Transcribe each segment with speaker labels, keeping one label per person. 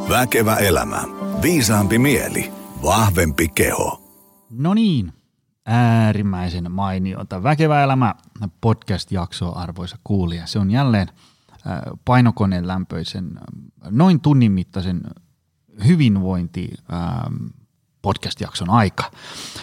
Speaker 1: Väkevä elämä. Viisaampi mieli. Vahvempi keho.
Speaker 2: No niin, äärimmäisen mainiota. Väkevä elämä podcast-jakso, arvoisa kuulija. Se on jälleen painokoneen lämpöisen, noin tunnin mittaisen hyvinvointi podcast-jakson aika.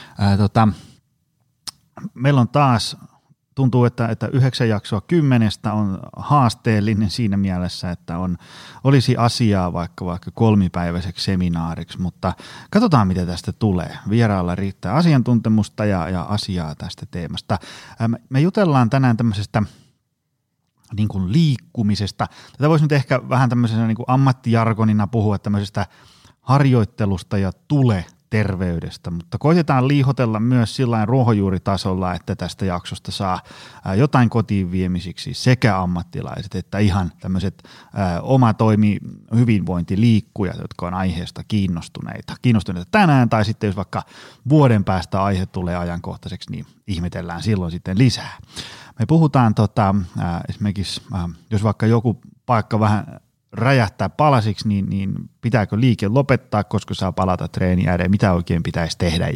Speaker 2: Meillä on taas, tuntuu, että 9 jaksoa 10 on haasteellinen siinä mielessä, että olisi asiaa vaikka kolmipäiväiseksi seminaariksi, mutta katsotaan, mitä tästä tulee. Vieraalla riittää asiantuntemusta ja asiaa tästä teemasta. Me jutellaan tänään tämmöisestä niin kuin liikkumisesta. Tätä voisi nyt ehkä vähän tämmöisenä niin kuin ammattijargonina puhua tämmöisestä harjoittelusta ja terveydestä, mutta koitetaan liihotella myös sillain ruohonjuuritasolla, että tästä jaksosta saa jotain kotiin viemisiksi sekä ammattilaiset että ihan tämmöiset omatoimi hyvinvointiliikkujat, jotka on aiheesta kiinnostuneita tänään, tai sitten jos vaikka vuoden päästä aihe tulee ajankohtaiseksi, niin ihmetellään silloin sitten lisää. Me puhutaan esimerkiksi, jos vaikka joku paikka vähän räjähtää palasiksi, niin pitääkö liike lopettaa, koska saa palata treeni ääreen, mitä oikein pitäisi tehdä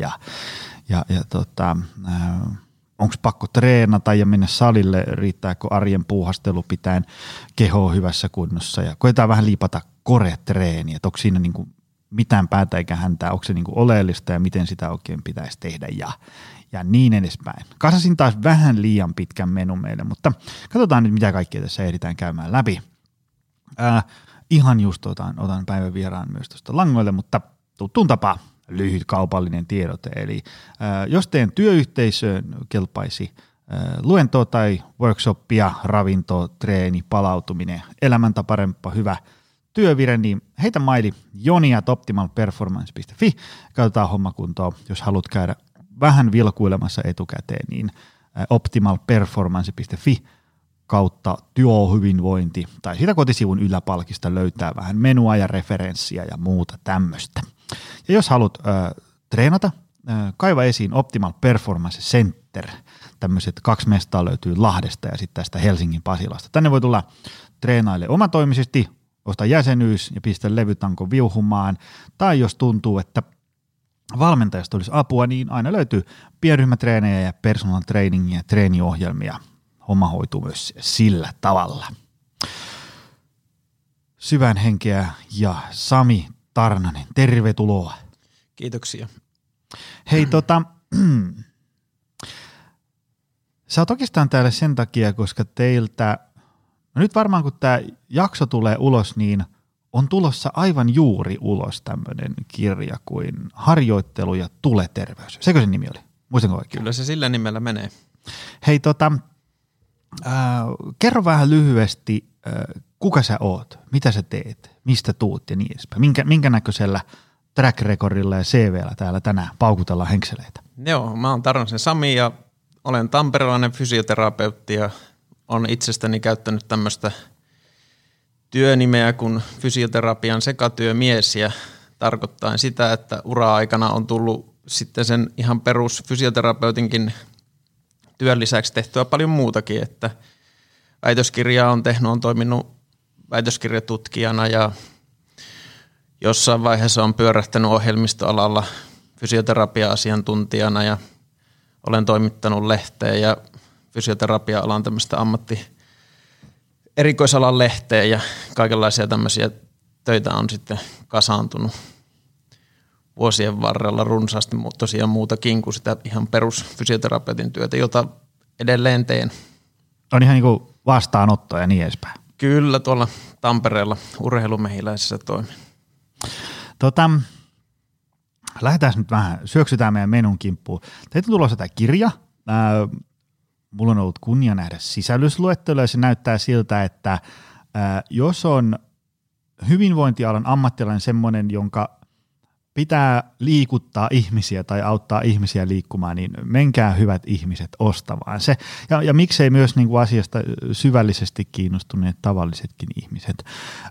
Speaker 2: onko pakko treenata ja mennä salille, riittääkö arjen puuhastelu pitäen kehoa hyvässä kunnossa ja koetaan vähän liipata koretreeniä, että onko siinä niinku mitään päätä eikä häntää, onko se niinku oleellista ja miten sitä oikein pitäisi tehdä ja niin edespäin. Kasasin taas vähän liian pitkän menun meille, mutta katsotaan nyt mitä kaikkea tässä ehditään käymään läpi. Ihan just otan päivän vieraan myös tuosta langoille, mutta tuttuun tapaan lyhyt kaupallinen tiedote. Eli jos teidän työyhteisöön kelpaisi luentoa tai workshoppia, ravinto, treeni, palautuminen, elämäntaparemppa, hyvä työvire, niin heitä maili joni@optimalperformance.fi. Katsotaan homma kuntoon. Jos haluat käydä vähän vilkuilemassa etukäteen, niin optimalperformance.fi kautta työhyvinvointi tai siitä kotisivun yläpalkista löytää vähän menua ja referenssiä ja muuta tämmöistä. Ja jos haluat treenata, kaiva esiin Optimal Performance Center. Tämmöiset 2 mestaa löytyy Lahdesta ja sitten tästä Helsingin Pasilasta. Tänne voi tulla treenaille omatoimisesti, osta jäsenyys ja pistä levytanko viuhumaan. Tai jos tuntuu, että valmentajasta olisi apua, niin aina löytyy pienryhmätreenejä ja personal trainingia ja treeniohjelmia. Homma hoituu myös sillä tavalla. Syvän henkeä ja Sami Tarnanen, tervetuloa.
Speaker 3: Kiitoksia.
Speaker 2: Hei sä oot oikeastaan täällä sen takia, koska teiltä, no nyt varmaan kun tää jakso tulee ulos, niin on tulossa aivan juuri ulos tämmöinen kirja kuin Harjoittelu ja tuleterveys. Sekö se nimi oli? Muistanko oikein?
Speaker 3: Kyllä se sillä nimellä menee.
Speaker 2: Hei kerro vähän lyhyesti, kuka sä oot, mitä sä teet, mistä tuut ja niin edespäin. Minkä näköisellä track recordilla ja CVllä täällä tänään paukutellaan henkseleitä?
Speaker 3: Joo, mä oon Tarnasen Sami ja olen tamperelainen fysioterapeutti ja olen itsestäni käyttänyt tämmöistä työnimeä kuin fysioterapian sekatyömies ja tarkoittaa sitä, että ura-aikana on tullut sitten sen ihan perus fysioterapeutinkin työn lisäksi tehtyä paljon muutakin, että väitöskirjaa on tehnyt, on toiminut väitöskirjatutkijana ja jossain vaiheessa on pyörähtänyt ohjelmistoalalla fysioterapia-asiantuntijana ja olen toimittanut lehteen ja fysioterapia-alan tämmöistä erikoisalan lehteen ja kaikenlaisia tämmöisiä töitä on sitten kasaantunut vuosien varrella runsaasti, tosiaan muutakin kuin sitä ihan perusfysioterapeutin työtä, jota edelleen teen.
Speaker 2: On ihan niin kuin vastaanotto ja niin edespäin.
Speaker 3: Kyllä, tuolla Tampereella urheilumehiläisessä toimin.
Speaker 2: Lähdetään nyt vähän, syöksytään meidän menun kimppuun. Teitä on tulossa tämä kirja. Mulla on ollut kunnia nähdä sisällysluettelo ja se näyttää siltä, että jos on hyvinvointialan ammattilainen semmoinen, jonka pitää liikuttaa ihmisiä tai auttaa ihmisiä liikkumaan, niin menkää hyvät ihmiset ostamaan se. Ja miksei myös niin kuin asiasta syvällisesti kiinnostuneet tavallisetkin ihmiset.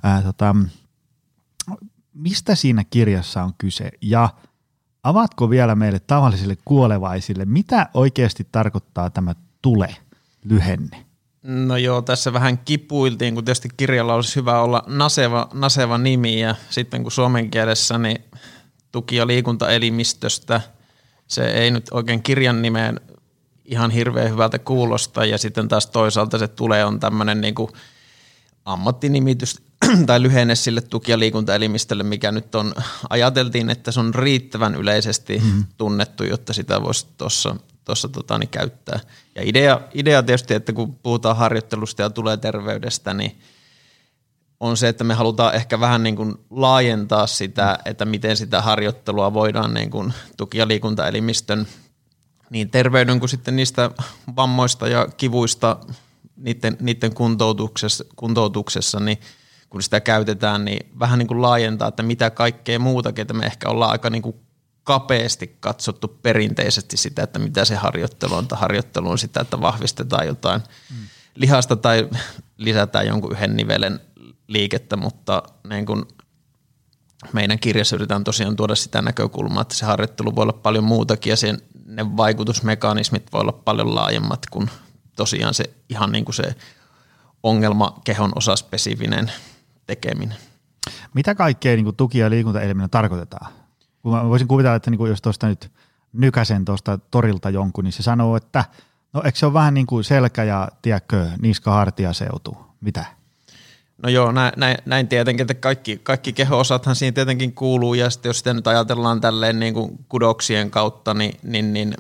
Speaker 2: Mistä siinä kirjassa on kyse ja avaatko vielä meille tavallisille kuolevaisille, mitä oikeasti tarkoittaa tämä tule-lyhenne?
Speaker 3: No joo, tässä vähän kipuiltiin, kun tietysti kirjalla olisi hyvä olla naseva nimi ja sitten kun suomen kielessä niin tuki- ja liikuntaelimistöstä, se ei nyt oikein kirjan nimeen ihan hirveän hyvältä kuulosta ja sitten taas toisaalta se on tämmöinen niin kuin ammattinimitys tai lyhenne sille tuki- ja liikuntaelimistölle, mikä nyt on, ajateltiin, että se on riittävän yleisesti tunnettu, jotta sitä voisi tuossa käyttää. Ja idea tietysti, että kun puhutaan harjoittelusta ja tulee terveydestä, niin on se, että me halutaan ehkä vähän niin kuin laajentaa sitä, että miten sitä harjoittelua voidaan niin kuin tuki- ja liikuntaelimistön niin terveyden kuin sitten niistä vammoista ja kivuista niiden kuntoutuksessa, niin kun sitä käytetään, niin vähän niin kuin laajentaa, että mitä kaikkea muutakin, että me ehkä ollaan aika niin kuin kapeasti katsottu perinteisesti sitä, että mitä se harjoittelu on. Harjoittelu on sitä, että vahvistetaan jotain lihasta tai lisätään jonkun yhden nivelen liikettä, mutta niin kuin meidän kirjassa yritetään tosiaan tuoda sitä näkökulmaa, että se harjoittelu voi olla paljon muutakin ja ne vaikutusmekanismit voi olla paljon laajemmat kuin tosiaan se ihan niin kuin se ongelma kehon osaspesifinen tekeminen.
Speaker 2: Mitä kaikkea niin kuin tuki- ja liikuntaelimenä tarkoitetaan? Kun mä voisin kuvitella, että niin kuin jos tuosta nyt nykäsen tuosta torilta jonkun, niin se sanoo, että no eikö se ole vähän niin kuin selkä ja tiedätkö, niska-hartiaseutu? Mitä?
Speaker 3: No joo, näin tietenkin, että kaikki keho-osathan siinä tietenkin kuuluu ja sitten jos sitä nyt ajatellaan tälleen niin kuin kudoksien kautta, niin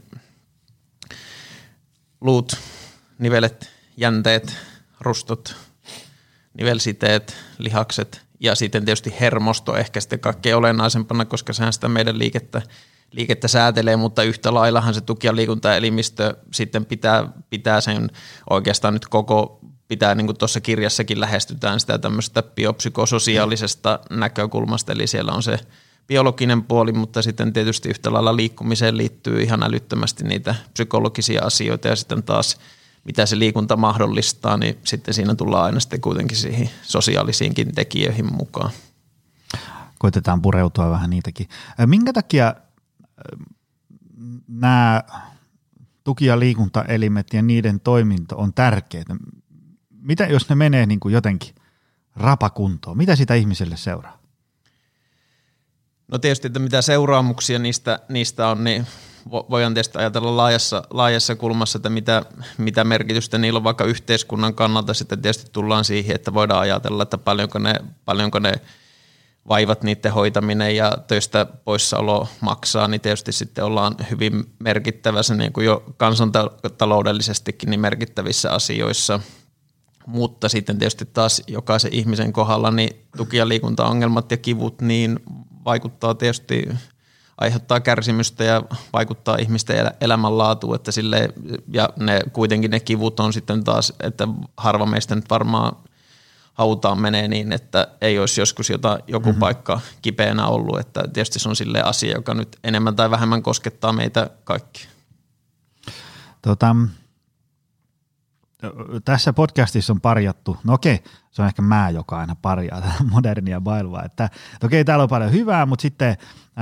Speaker 3: luut, nivelet, jänteet, rustot, nivelsiteet, lihakset ja sitten tietysti hermosto ehkä sitten kaikkein olennaisempana, koska sehän sitä meidän liikettä säätelee, mutta yhtä laillahan se tuki- ja liikuntaelimistö sitten pitää sen oikeastaan nyt pitää niin kuin tuossa kirjassakin lähestytään sitä tämmöistä biopsykososiaalisesta näkökulmasta, eli siellä on se biologinen puoli, mutta sitten tietysti yhtä lailla liikkumiseen liittyy ihan älyttömästi niitä psykologisia asioita ja sitten taas mitä se liikunta mahdollistaa, niin sitten siinä tullaan aina sitten kuitenkin siihen sosiaalisiinkin tekijöihin mukaan.
Speaker 2: Koitetaan pureutua vähän niitäkin. Minkä takia nämä tuki- ja liikuntaelimet ja niiden toiminto on tärkeää? Mitä jos ne menee niin kuin jotenkin rapakuntoon? Mitä sitä ihmiselle seuraa?
Speaker 3: No tietysti, että mitä seuraamuksia niistä on, niin voidaan tietysti ajatella laajassa kulmassa, että mitä merkitystä niillä on vaikka yhteiskunnan kannalta. Sitten tietysti tullaan siihen, että voidaan ajatella, että paljonko ne vaivat niiden hoitaminen ja töistä poissaolo maksaa, niin tietysti sitten ollaan hyvin merkittävässä niin kuin jo kansantaloudellisestikin niin merkittävissä asioissa. Mutta sitten tietysti taas jokaisen ihmisen kohdalla niin tuki- ja liikuntaongelmat ja kivut niin vaikuttaa tietysti, aiheuttaa kärsimystä ja vaikuttaa ihmisten elämänlaatuun, että silleen, ja kuitenkin ne kivut on sitten taas, että harva meistä nyt varmaan hautaan menee niin, että ei olisi joskus joku paikka kipeänä ollut, että tietysti se on silleen asia, joka nyt enemmän tai vähemmän koskettaa meitä kaikki.
Speaker 2: Tässä podcastissa on parjattu, no okei, se on ehkä mä, joka aina parjaa tätä modernia maailmaa, että okei, täällä on paljon hyvää, mutta sitten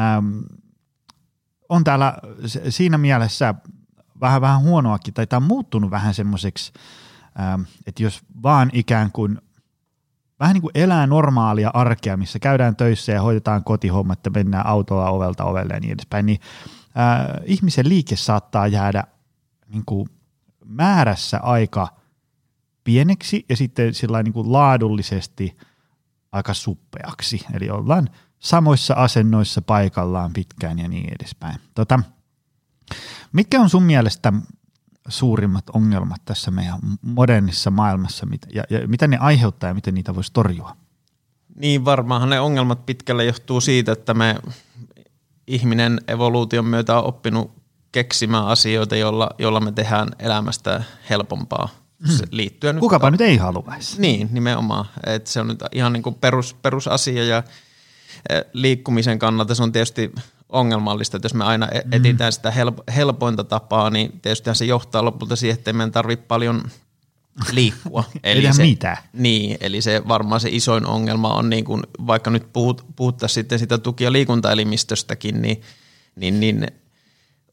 Speaker 2: on täällä siinä mielessä vähän huonoakin, tai tämä on muuttunut vähän semmoiseksi, että jos vaan ikään kuin vähän niin kuin elää normaalia arkea, missä käydään töissä ja hoidetaan kotihommat ja mennään autolla ovelta ovelle ja niin edespäin, niin ihmisen liike saattaa jäädä niin kuin määrässä aika pieneksi ja sitten sillä niin kuin laadullisesti aika suppeaksi. Eli ollaan samoissa asennoissa paikallaan pitkään ja niin edespäin. Mitkä on sun mielestä suurimmat ongelmat tässä meidän modernissa maailmassa ja mitä ne aiheuttaa ja miten niitä voisi torjua?
Speaker 3: Niin varmaanhan ne ongelmat pitkälle johtuu siitä, että me ihminen evoluution myötä on oppinut keksimään asioita, joilla me tehdään elämästä helpompaa. Liittyen
Speaker 2: Kukapa nyt ei haluaisi.
Speaker 3: Niin, nimenomaan. Että se on nyt ihan niin kuin perusasia ja liikkumisen kannalta se on tietysti ongelmallista, että jos me aina etsitään sitä helpointa tapaa, niin tietysti se johtaa lopulta siihen, että meidän tarvitse paljon liikkua.
Speaker 2: Eli se, mitään.
Speaker 3: Niin, eli se varmaan se isoin ongelma on, niin kuin, vaikka nyt puhuttaisiin sitten sitä tuki- ja liikuntaelimistöstäkin, niin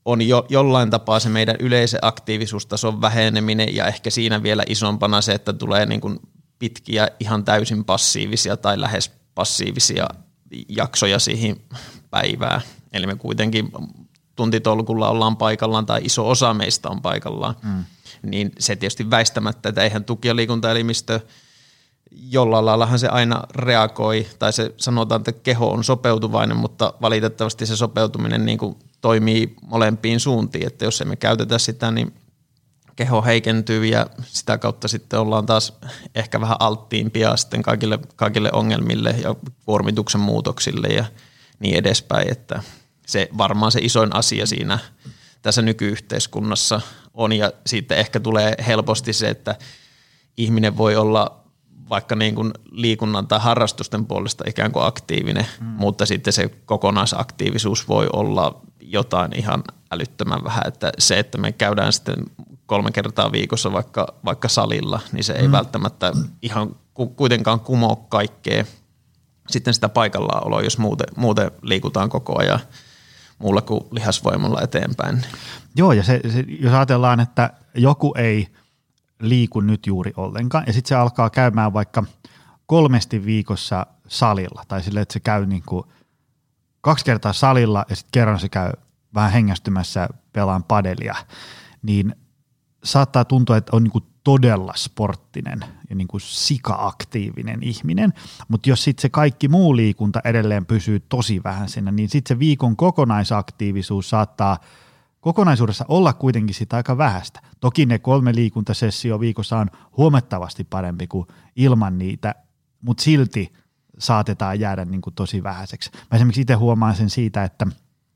Speaker 3: on jo jollain tapaa se meidän yleisen aktiivisuustason väheneminen ja ehkä siinä vielä isompana se, että tulee niin kuin pitkiä ihan täysin passiivisia tai lähes passiivisia jaksoja siihen päivään. Eli me kuitenkin tuntitolkulla ollaan paikallaan tai iso osa meistä on paikallaan. Niin se tietysti väistämättä, että eihän tuki- ja liikuntaelimistö jollain laillahan se aina reagoi, tai se sanotaan, että keho on sopeutuvainen, mutta valitettavasti se sopeutuminen niin kuin toimii molempiin suuntiin, että jos emme käytetä sitä, niin keho heikentyy ja sitä kautta sitten ollaan taas ehkä vähän alttiimpia sitten kaikille ongelmille ja kuormituksen muutoksille ja niin edespäin, että se varmaan se isoin asia siinä tässä nykyyhteiskunnassa on ja sitten ehkä tulee helposti se, että ihminen voi olla vaikka niin kuin liikunnan tai harrastusten puolesta ikään kuin aktiivinen, mutta sitten se kokonaisaktiivisuus voi olla jotain ihan älyttömän vähän, että se, että me käydään sitten 3 kertaa viikossa vaikka salilla, niin se ei välttämättä ihan kuitenkaan kumoa kaikkea sitten sitä paikallaoloa, jos muuten liikutaan koko ajan muulla kuin lihasvoimalla eteenpäin.
Speaker 2: Joo, ja se, jos ajatellaan, että joku ei liiku nyt juuri ollenkaan, ja sitten se alkaa käymään vaikka 3 viikossa salilla, tai silleen, että se käy niin kuin 2 kertaa salilla, ja sitten kerran se käy vähän hengästymässä pelaan padelia, niin saattaa tuntua, että on niin kuin todella sporttinen ja niin kuin sika-aktiivinen ihminen, mutta jos sitten se kaikki muu liikunta edelleen pysyy tosi vähäisenä, niin sitten se viikon kokonaisaktiivisuus saattaa kokonaisuudessa olla kuitenkin sitä aika vähäistä. Toki ne 3 liikuntasessio viikossa on huomattavasti parempi kuin ilman niitä, mutta silti saatetaan jäädä niin kuin tosi vähäiseksi. Mä esimerkiksi itse huomaan sen siitä, että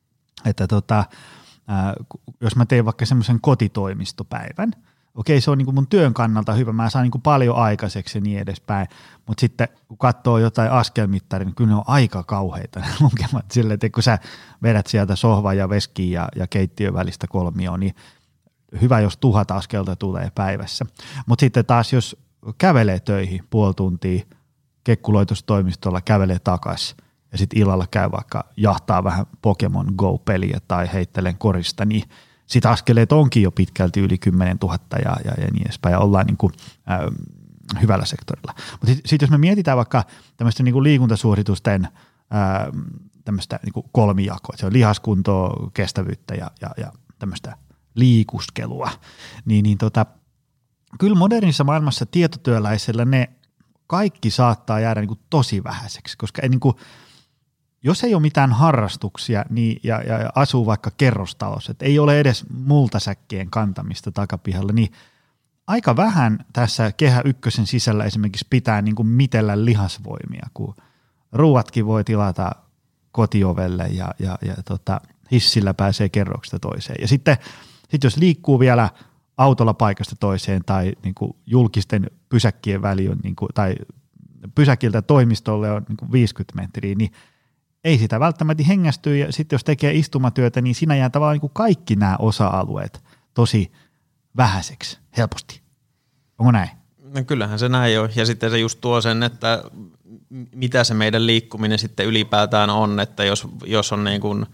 Speaker 2: jos mä teen vaikka semmoisen kotitoimistopäivän, okei, se on niin kuin mun työn kannalta hyvä, mä saan niin kuin paljon aikaiseksi ja niin edespäin, mutta sitten kun katsoo jotain askelmittaria, niin kyllä ne on aika kauheita ne lukemat silleen, että kun sä vedät sieltä sohvan ja veskin ja keittiön välistä kolmioon, niin hyvä, jos 1000 askelta tulee päivässä. Mutta sitten taas, jos kävelee töihin 0,5 tuntia, kekkuloitustoimistolla kävelee takaisin ja sitten illalla käy vaikka jahtaa vähän Pokemon Go-peliä tai heittelen korista, niin sitä askeleet onkin jo pitkälti yli 10 000 ja niin edespäin, ja ollaan niin kuin, hyvällä sektorilla. Mutta sitten jos me mietitään vaikka tämmöistä niin kuin liikuntasuoritusten tämmöistä niin kuin kolmijakoa, se on lihaskuntoa, kestävyyttä ja tämmöistä liikuskelua, niin kyllä modernissa maailmassa tietotyöläisellä ne kaikki saattaa jäädä niin kuin tosi vähäiseksi, koska ei niin kuin, jos ei ole mitään harrastuksia niin, ja asuu vaikka kerrostalossa, että ei ole edes multasäkkien kantamista takapihalla, niin aika vähän tässä Kehä Ykkösen sisällä esimerkiksi pitää niin kuin mitellä lihasvoimia, kun ruuatkin voi tilata kotiovelle ja hissillä pääsee kerroksesta toiseen. Ja sitten jos liikkuu vielä autolla paikasta toiseen tai niin kuin julkisten pysäkkien väli on, niin kuin, tai pysäkiltä toimistolle on niin kuin 50 metriä, niin ei sitä välttämättä hengästyy, ja sitten jos tekee istumatyötä, niin siinä jää tavallaan niin kuin kaikki nämä osa-alueet tosi vähäiseksi helposti. Onko näin?
Speaker 3: No kyllähän se näin on, ja sitten se just tuo sen, että mitä se meidän liikkuminen sitten ylipäätään on, että jos on niin kuin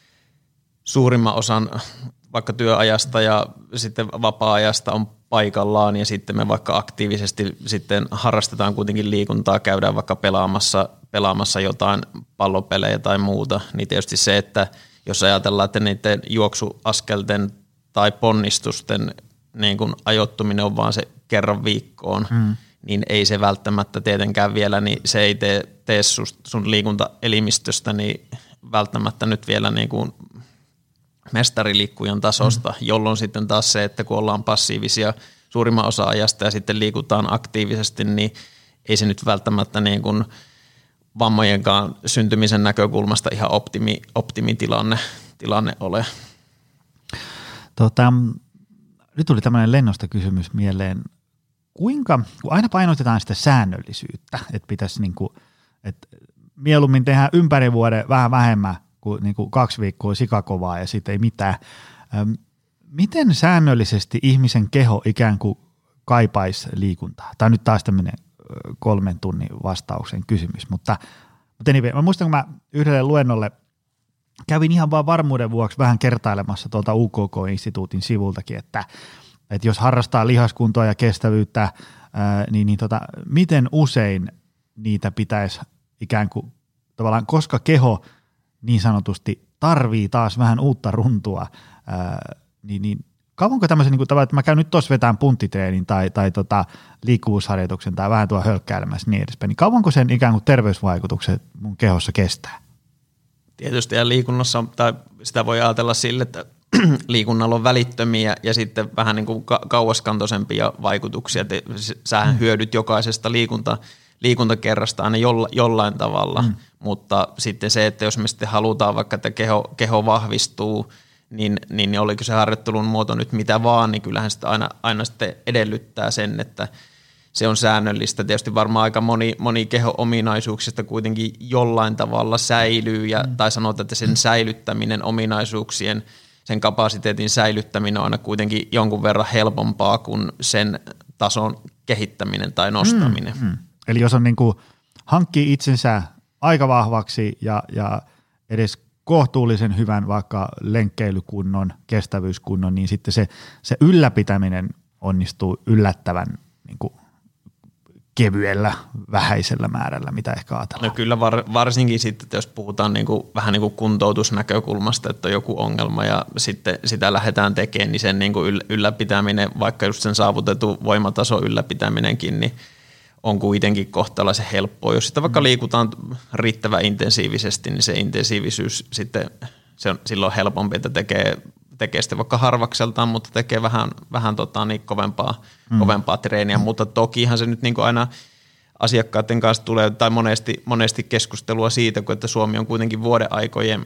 Speaker 3: suurimman osan vaikka työajasta ja sitten vapaa-ajasta on paikallaan, ja sitten me vaikka aktiivisesti sitten harrastetaan kuitenkin liikuntaa, käydään vaikka pelaamassa jotain pallopelejä tai muuta, niin tietysti se, että jos ajatellaan, että niiden juoksuaskelten tai ponnistusten niin kuin ajoittuminen on vaan se kerran viikkoon, niin ei se välttämättä tietenkään vielä, niin se ei tee sun liikuntaelimistöstä niin välttämättä nyt vielä niin kuin mestariliikkujan tasosta, jolloin sitten taas se, että kun ollaan passiivisia suurimman osa ajasta ja sitten liikutaan aktiivisesti, niin ei se nyt välttämättä niin kuin vammojenkaan syntymisen näkökulmasta ihan optimitilanne ole.
Speaker 2: Nyt tuli tämmöinen lennosta kysymys mieleen. Kun aina painotetaan sitä säännöllisyyttä, että pitäisi niinku, että mieluummin tehdään ympäri vuoden vähän vähemmän kuin niinku 2 viikkoa sikakovaa ja sitten ei mitään. Miten säännöllisesti ihmisen keho ikään kuin kaipaisi liikuntaa? Tämä on nyt taas tämmöinen 3 tunnin vastauksen kysymys, mutta anyway, mä muistan, kun mä yhdelle luennolle kävin ihan vaan varmuuden vuoksi vähän kertailemassa tuolta UKK-instituutin sivultakin, että jos harrastaa lihaskuntoa ja kestävyyttä, miten usein niitä pitäisi ikään kuin tavallaan, koska keho niin sanotusti tarvii taas vähän uutta runtua, niin kauanko tämmöisen, niin kuin, että mä käyn nyt tuossa vetään punttitreenin tai liikkuvuusharjoituksen tai vähän tuo hölkkäilemässä niin edespäin, niin kauanko sen ikään kuin terveysvaikutukset mun kehossa kestää?
Speaker 3: Tietysti ja liikunnassa, tai sitä voi ajatella sille, että liikunnalla on välittömiä ja sitten vähän niin kuin kauaskantoisempia vaikutuksia. Sähän hyödyt jokaisesta liikuntakerrasta aina jollain tavalla, mutta sitten se, että jos me sitten halutaan vaikka, että keho vahvistuu, niin oliko se harjoittelun muoto nyt mitä vaan, niin kyllähän sitä aina sitten edellyttää sen, että se on säännöllistä. Tietysti varmaan aika moni keho-ominaisuuksista kuitenkin jollain tavalla säilyy, tai sanotaan, että sen säilyttäminen ominaisuuksien, sen kapasiteetin säilyttäminen on aina kuitenkin jonkun verran helpompaa kuin sen tason kehittäminen tai nostaminen.
Speaker 2: Eli jos on niin kuin hankkii itsensä aika vahvaksi ja edes kohtuullisen hyvän vaikka lenkkeilykunnon, kestävyyskunnon, niin sitten se ylläpitäminen onnistuu yllättävän niin kuin kevyellä, vähäisellä määrällä, mitä ehkä ajatellaan.
Speaker 3: No kyllä varsinkin sitten, että jos puhutaan vähän niin kuin kuntoutusnäkökulmasta, että on joku ongelma ja sitten sitä lähdetään tekemään, niin sen niin kuin ylläpitäminen, vaikka just sen saavutetun voimatason ylläpitäminenkin, niin on kuitenkin kohtalaisen helppoa. Jos sitä vaikka liikutaan riittävän intensiivisesti, niin se intensiivisyys sitten, se on silloin helpompi, että tekee sitten vaikka harvakseltaan, mutta tekee vähän niin kovempaa treeniä, mutta tokihan se nyt niin kuin aina asiakkaiden kanssa tulee, tai monesti keskustelua siitä, kun että Suomi on kuitenkin vuodenaikojen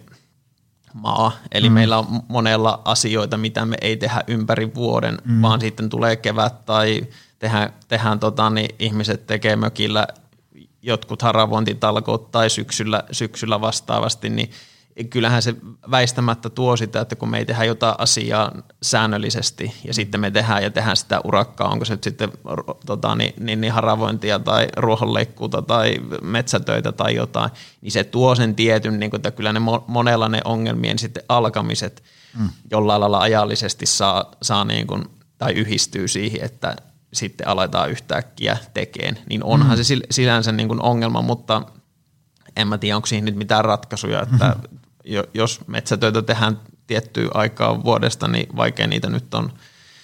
Speaker 3: maa, eli meillä on monella asioita, mitä me ei tehdä ympäri vuoden, vaan sitten tulee kevät tai tehdään ihmiset tekee mökillä jotkut haravointitalkoot tai syksyllä vastaavasti, niin kyllähän se väistämättä tuo sitä, että kun me ei tehdä jotain asiaa säännöllisesti ja sitten me tehdään sitä urakkaa, onko se sitten haravointia tai ruohonleikkuuta tai metsätöitä tai jotain, niin se tuo sen tietyn, niin kuin, että kyllä ne monella ne ongelmien sitten alkamiset jollain lailla ajallisesti saa niin kuin, tai yhdistyy siihen, että sitten aletaan yhtäkkiä tekemään, niin onhan se sinänsä niin kuin ongelma, mutta en mä tiedä, onko siihen nyt mitään ratkaisuja, että jos metsätöitä tehdään tiettyä aikaa vuodesta, niin vaikea niitä nyt on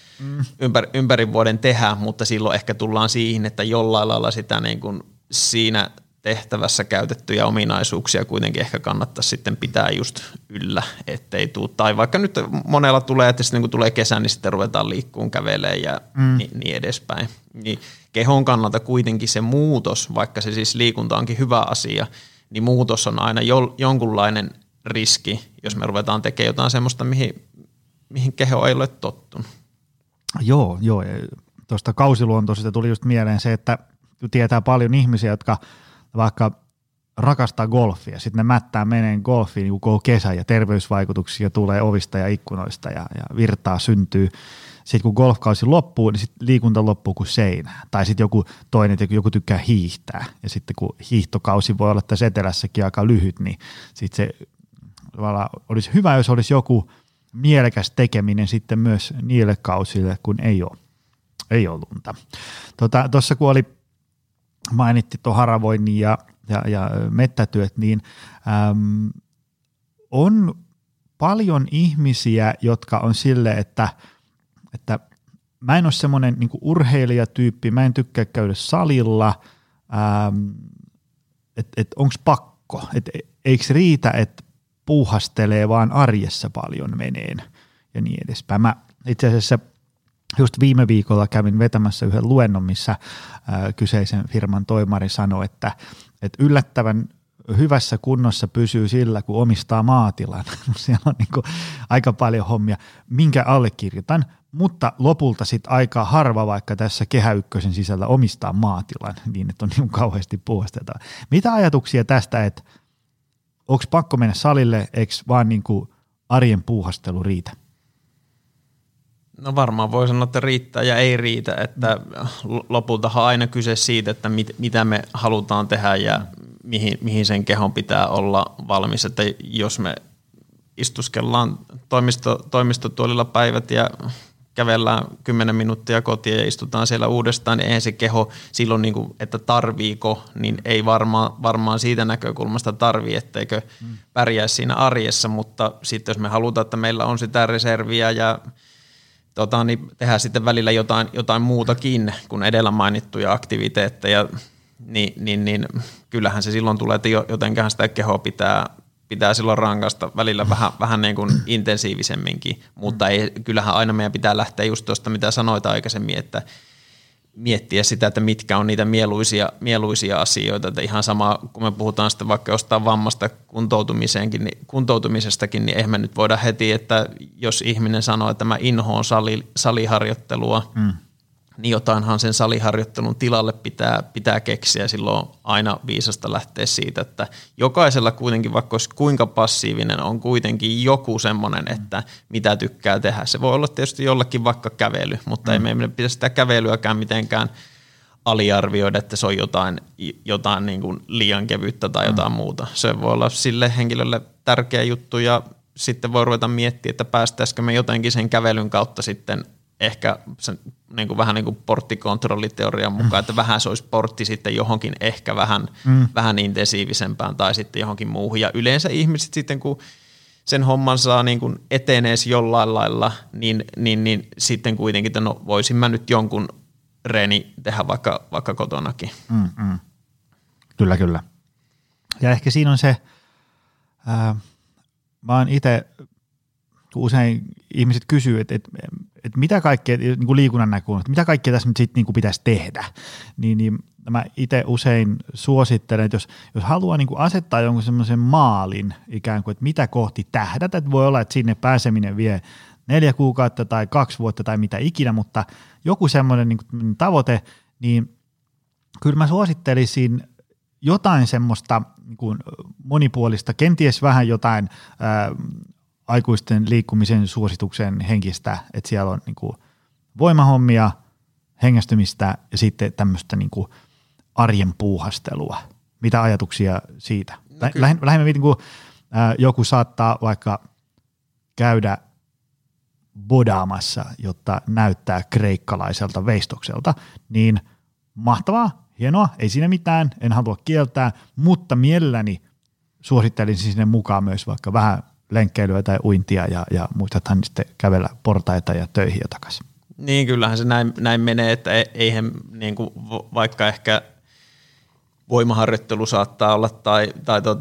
Speaker 3: ympäri vuoden tehdä, mutta silloin ehkä tullaan siihen, että jollain lailla sitä niin kuin siinä tehtävässä käytettyjä ominaisuuksia kuitenkin ehkä kannattaisi sitten pitää just yllä, ettei tule. Tai vaikka nyt monella tulee, että sitten kun tulee kesä, niin sitten ruvetaan liikkuun, kävelemään ja niin edespäin. Niin kehon kannalta kuitenkin se muutos, vaikka se siis liikunta onkin hyvä asia, niin muutos on aina jonkunlainen riski, jos me ruvetaan tekemään jotain semmoista, mihin keho ei ole tottunut.
Speaker 2: Joo. Tuosta kausiluontoisesta tuli just mieleen se, että tietää paljon ihmisiä, jotka vaikka rakastaa golfia, sitten ne mättää meneen golfiin koko kesä ja terveysvaikutuksia tulee ovista ja ikkunoista ja virtaa syntyy. Sitten kun golfkausi loppuu, niin sitten liikunta loppuu kuin seinään. Tai sitten joku tykkää hiihtää ja sitten kun hiihtokausi voi olla tässä etelässäkin aika lyhyt, niin sitten se olisi hyvä, jos olisi joku mielekäs tekeminen sitten myös niille kausille, kun ei ole lunta. Tuossa kun mainittiin tuon haravoinnin ja mettätyöt, niin on paljon ihmisiä, jotka on sille, että mä en ole semmoinen niin kuin urheilijatyyppi, mä en tykkää käydä salilla, että onko pakko, että eikö riitä, että puuhastelee vaan arjessa paljon meneen ja niin edespäin. Mä itse asiassa just viime viikolla kävin vetämässä yhden luennon, missä kyseisen firman toimari sanoi, että yllättävän hyvässä kunnossa pysyy sillä, kun omistaa maatilan. Siellä on niin kuin aika paljon hommia, minkä allekirjoitan, mutta lopulta sitten aika harva vaikka tässä Kehä Ykkösen sisällä omistaa maatilan, niin että on niin kauheasti puuhastettava. Mitä ajatuksia tästä, että onko pakko mennä salille, eikö vaan niin kuin arjen puuhastelu riitä?
Speaker 3: No varmaan voi sanoa, että riittää ja ei riitä, että lopultahan on aina kyse siitä, että mitä me halutaan tehdä ja mihin sen kehon pitää olla valmis, että jos me istuskellaan toimistotuolilla päivät ja kävellään 10 minuuttia kotiin ja istutaan siellä uudestaan, niin eihän se keho silloin, niin kuin, että tarviiko, niin ei varmaan siitä näkökulmasta tarvii, etteikö pärjää siinä arjessa, mutta sitten jos me halutaan, että meillä on sitä reserviä ja niin tehdään sitten välillä jotain muutakin kuin edellä mainittuja aktiviteetteja, niin kyllähän se silloin tulee, että jotenköhän sitä kehoa pitää silloin rankasta välillä vähän niin kuin intensiivisemminkin, mutta kyllähän aina meidän pitää lähteä just tuosta, mitä sanoit aikaisemmin, että miettiä sitä, että mitkä on niitä mieluisia asioita, että ihan sama, kun me puhutaan sitten vaikka jostain vammasta kuntoutumisestakin, niin eihän me nyt voida heti, että jos ihminen sanoo, että mä inhoon saliharjoittelua, niin jotainhan sen saliharjoittelun tilalle pitää keksiä. Silloin on aina viisasta lähteä siitä, että jokaisella kuitenkin, vaikka olisi kuinka passiivinen, on kuitenkin joku semmoinen, että mitä tykkää tehdä. Se voi olla tietysti jollakin vaikka kävely, mutta ei meidän pidä sitä kävelyäkään mitenkään aliarvioida, että se on jotain niin kuin liian kevyttä tai jotain muuta. Se voi olla sille henkilölle tärkeä juttu ja sitten voi ruveta miettiä, että päästäisikö me jotenkin sen kävelyn kautta sitten ehkä sen, niin kuin vähän niin kuin porttikontrolliteorian mukaan, että vähän se olisi portti sitten johonkin ehkä vähän intensiivisempään tai sitten johonkin muuhun. Ja yleensä ihmiset sitten, kun sen homman saa niin kuin etenees jollain lailla, niin sitten kuitenkin, että no voisin mä nyt jonkun reeni tehdä vaikka kotonakin.
Speaker 2: Kyllä. Ja ehkä siinä on se, mä oon itse, usein ihmiset kysyy, että mitä kaikkea niin kuin liikunnan näkökulmasta, mitä kaikkea tässä nyt sitten niin kuin pitäisi tehdä, niin mä itse usein suosittelen, että jos haluaa niin kuin asettaa jonkun semmoisen maalin ikään kuin, että mitä kohti tähdätä, että voi olla, että sinne pääseminen vie 4 kuukautta tai 2 vuotta tai mitä ikinä, mutta joku semmoinen niin kuin tavoite, niin kyllä mä suosittelisin jotain semmoista niin kuin monipuolista, kenties vähän jotain aikuisten liikkumisen suosituksen henkistä, että siellä on niin kuin voimahommia, hengästymistä ja sitten tämmöistä niin kuin arjen puuhastelua. Mitä ajatuksia siitä? No, lähinnä mietin, kun joku saattaa vaikka käydä bodaamassa, jotta näyttää kreikkalaiselta veistokselta, niin mahtavaa, hienoa, ei siinä mitään, en halua kieltää, mutta mielelläni suosittelisin sinne mukaan myös vaikka vähän lenkkeilyä tai uintia ja muistathan sitten kävellä portaita ja töihin ja takaisin.
Speaker 3: Niin, kyllähän se näin menee, että eihän niin kuin, vaikka ehkä voimaharjoittelu saattaa olla tai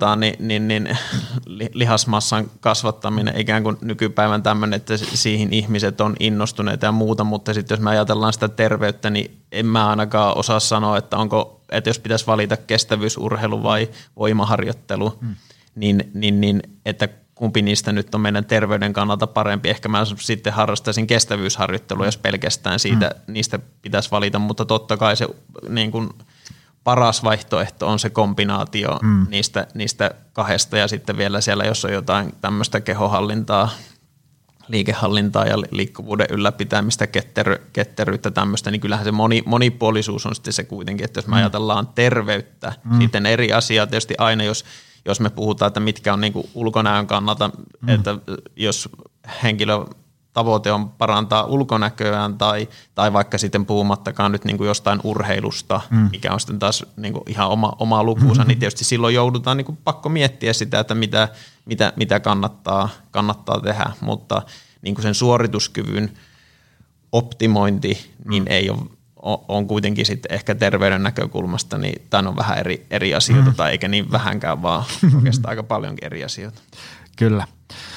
Speaker 3: lihasmassan kasvattaminen ikään kuin nykypäivän tämmöinen, että siihen ihmiset on innostuneita ja muuta, mutta sitten jos me ajatellaan sitä terveyttä, niin en mä ainakaan osaa sanoa, että että jos pitäisi valita kestävyysurheilu vai voimaharjoittelu, niin että kumpi niistä nyt on meidän terveyden kannalta parempi. Ehkä mä sitten harrastaisin kestävyysharjoittelua, jos pelkästään niistä pitäisi valita, mutta totta kai se niin kuin paras vaihtoehto on se kombinaatio niistä kahdesta ja sitten vielä siellä, jos on jotain tämmöistä kehohallintaa, liikehallintaa ja liikkuvuuden ylläpitämistä, ketteryyttä tämmöistä, niin kyllähän se monipuolisuus on sitten se kuitenkin, että jos me ajatellaan terveyttä, sitten eri asiaa tietysti aina, jos me puhutaan, että mitkä on niin kuin ulkonäön kannalta, että jos henkilö tavoite on parantaa ulkonäköään tai vaikka sitten puhumattakaan nyt niin kuin jostain urheilusta, mikä on sitten taas niin kuin ihan oma lukuunsa, niin tietysti silloin joudutaan niin kuin pakko miettiä sitä, että mitä kannattaa tehdä, mutta niin kuin sen suorituskyvyn optimointi niin ei ole on kuitenkin sitten ehkä terveyden näkökulmasta, niin tämä on vähän eri asioita, tai eikä niin vähänkään, vaan oikeastaan aika paljonkin eri asioita.
Speaker 2: Kyllä.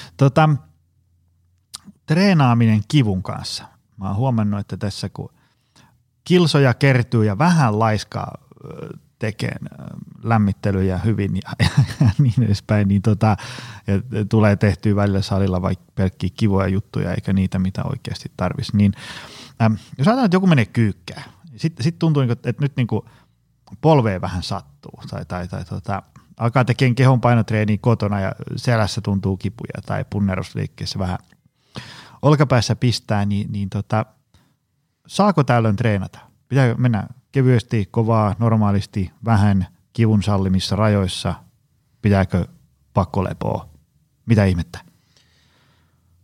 Speaker 2: Treenaaminen kivun kanssa. Mä oon huomannut, että tässä kun kilsoja kertyy ja vähän laiskaa tekee lämmittelyjä hyvin ja niin edespäin, niin ja tulee tehtyä välillä salilla vaikka pelkkiä kivoja juttuja eikä niitä, mitä oikeasti tarvitsisi. Niin, jos ajatellaan, että joku menee kyykkään, sitten tuntuu, että nyt niin kuin polveen vähän sattuu tai alkaa tekemään kehon painotreeniä kotona ja selässä tuntuu kipuja tai punnerusliikkeessä vähän olkapäässä pistää, niin saako tällöin treenata? Pitääkö mennä kevyesti, kovaa, normaalisti, vähän kivun sallimissa rajoissa? Pitääkö pakkolepoa? Mitä ihmettä?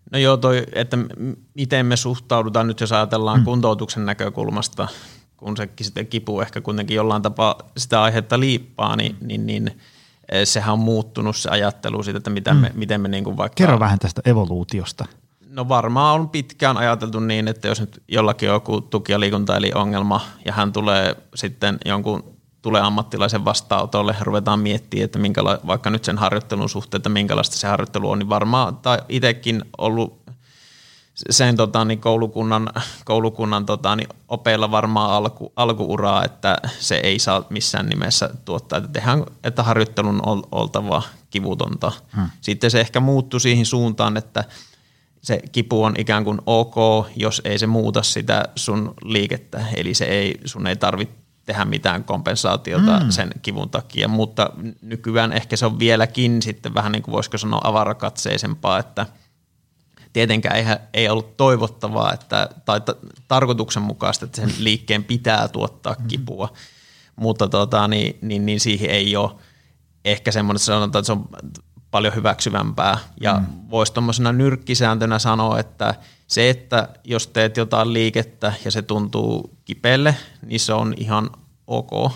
Speaker 3: No joo, että miten me suhtaudutaan nyt, jos ajatellaan kuntoutuksen näkökulmasta, kun se sitten kipu ehkä kuitenkin jollain tapaa sitä aihetta liippaa, niin sehän on muuttunut se ajattelu siitä, että miten me niin kuin vaikka...
Speaker 2: Kerro vähän tästä evoluutiosta.
Speaker 3: No varmaan on pitkään ajateltu niin, että jos nyt jollakin on joku tuki- ja liikuntaelinongelma ja hän tulee sitten tulee ammattilaisen vastaanotolle, ruvetaan miettimään, että vaikka nyt sen harjoittelun suhteen, että minkälaista se harjoittelu on, niin varmaan, tai itsekin ollut sen koulukunnan opeilla varmaan alkuuraa, että se ei saa missään nimessä tuottaa, että harjoittelun on oltava kivutonta. Sitten se ehkä muuttui siihen suuntaan, että se kipu on ikään kuin ok, jos ei se muuta sitä sun liikettä, eli sun ei tarvitse tehdä mitään kompensaatiota sen kivun takia, mutta nykyään ehkä se on vieläkin sitten vähän niin kuin voisiko sanoa avarakatseisempaa, että tietenkään ei ollut toivottavaa tai tarkoituksenmukaista, että sen liikkeen pitää tuottaa kipua, mutta niin siihen ei ole ehkä semmoinen, että sanotaan, että se on paljon hyväksyvämpää ja voisi tuommoisena nyrkkisääntönä sanoa, että se, että jos teet jotain liikettä ja se tuntuu kipeälle, niin se on ihan ok,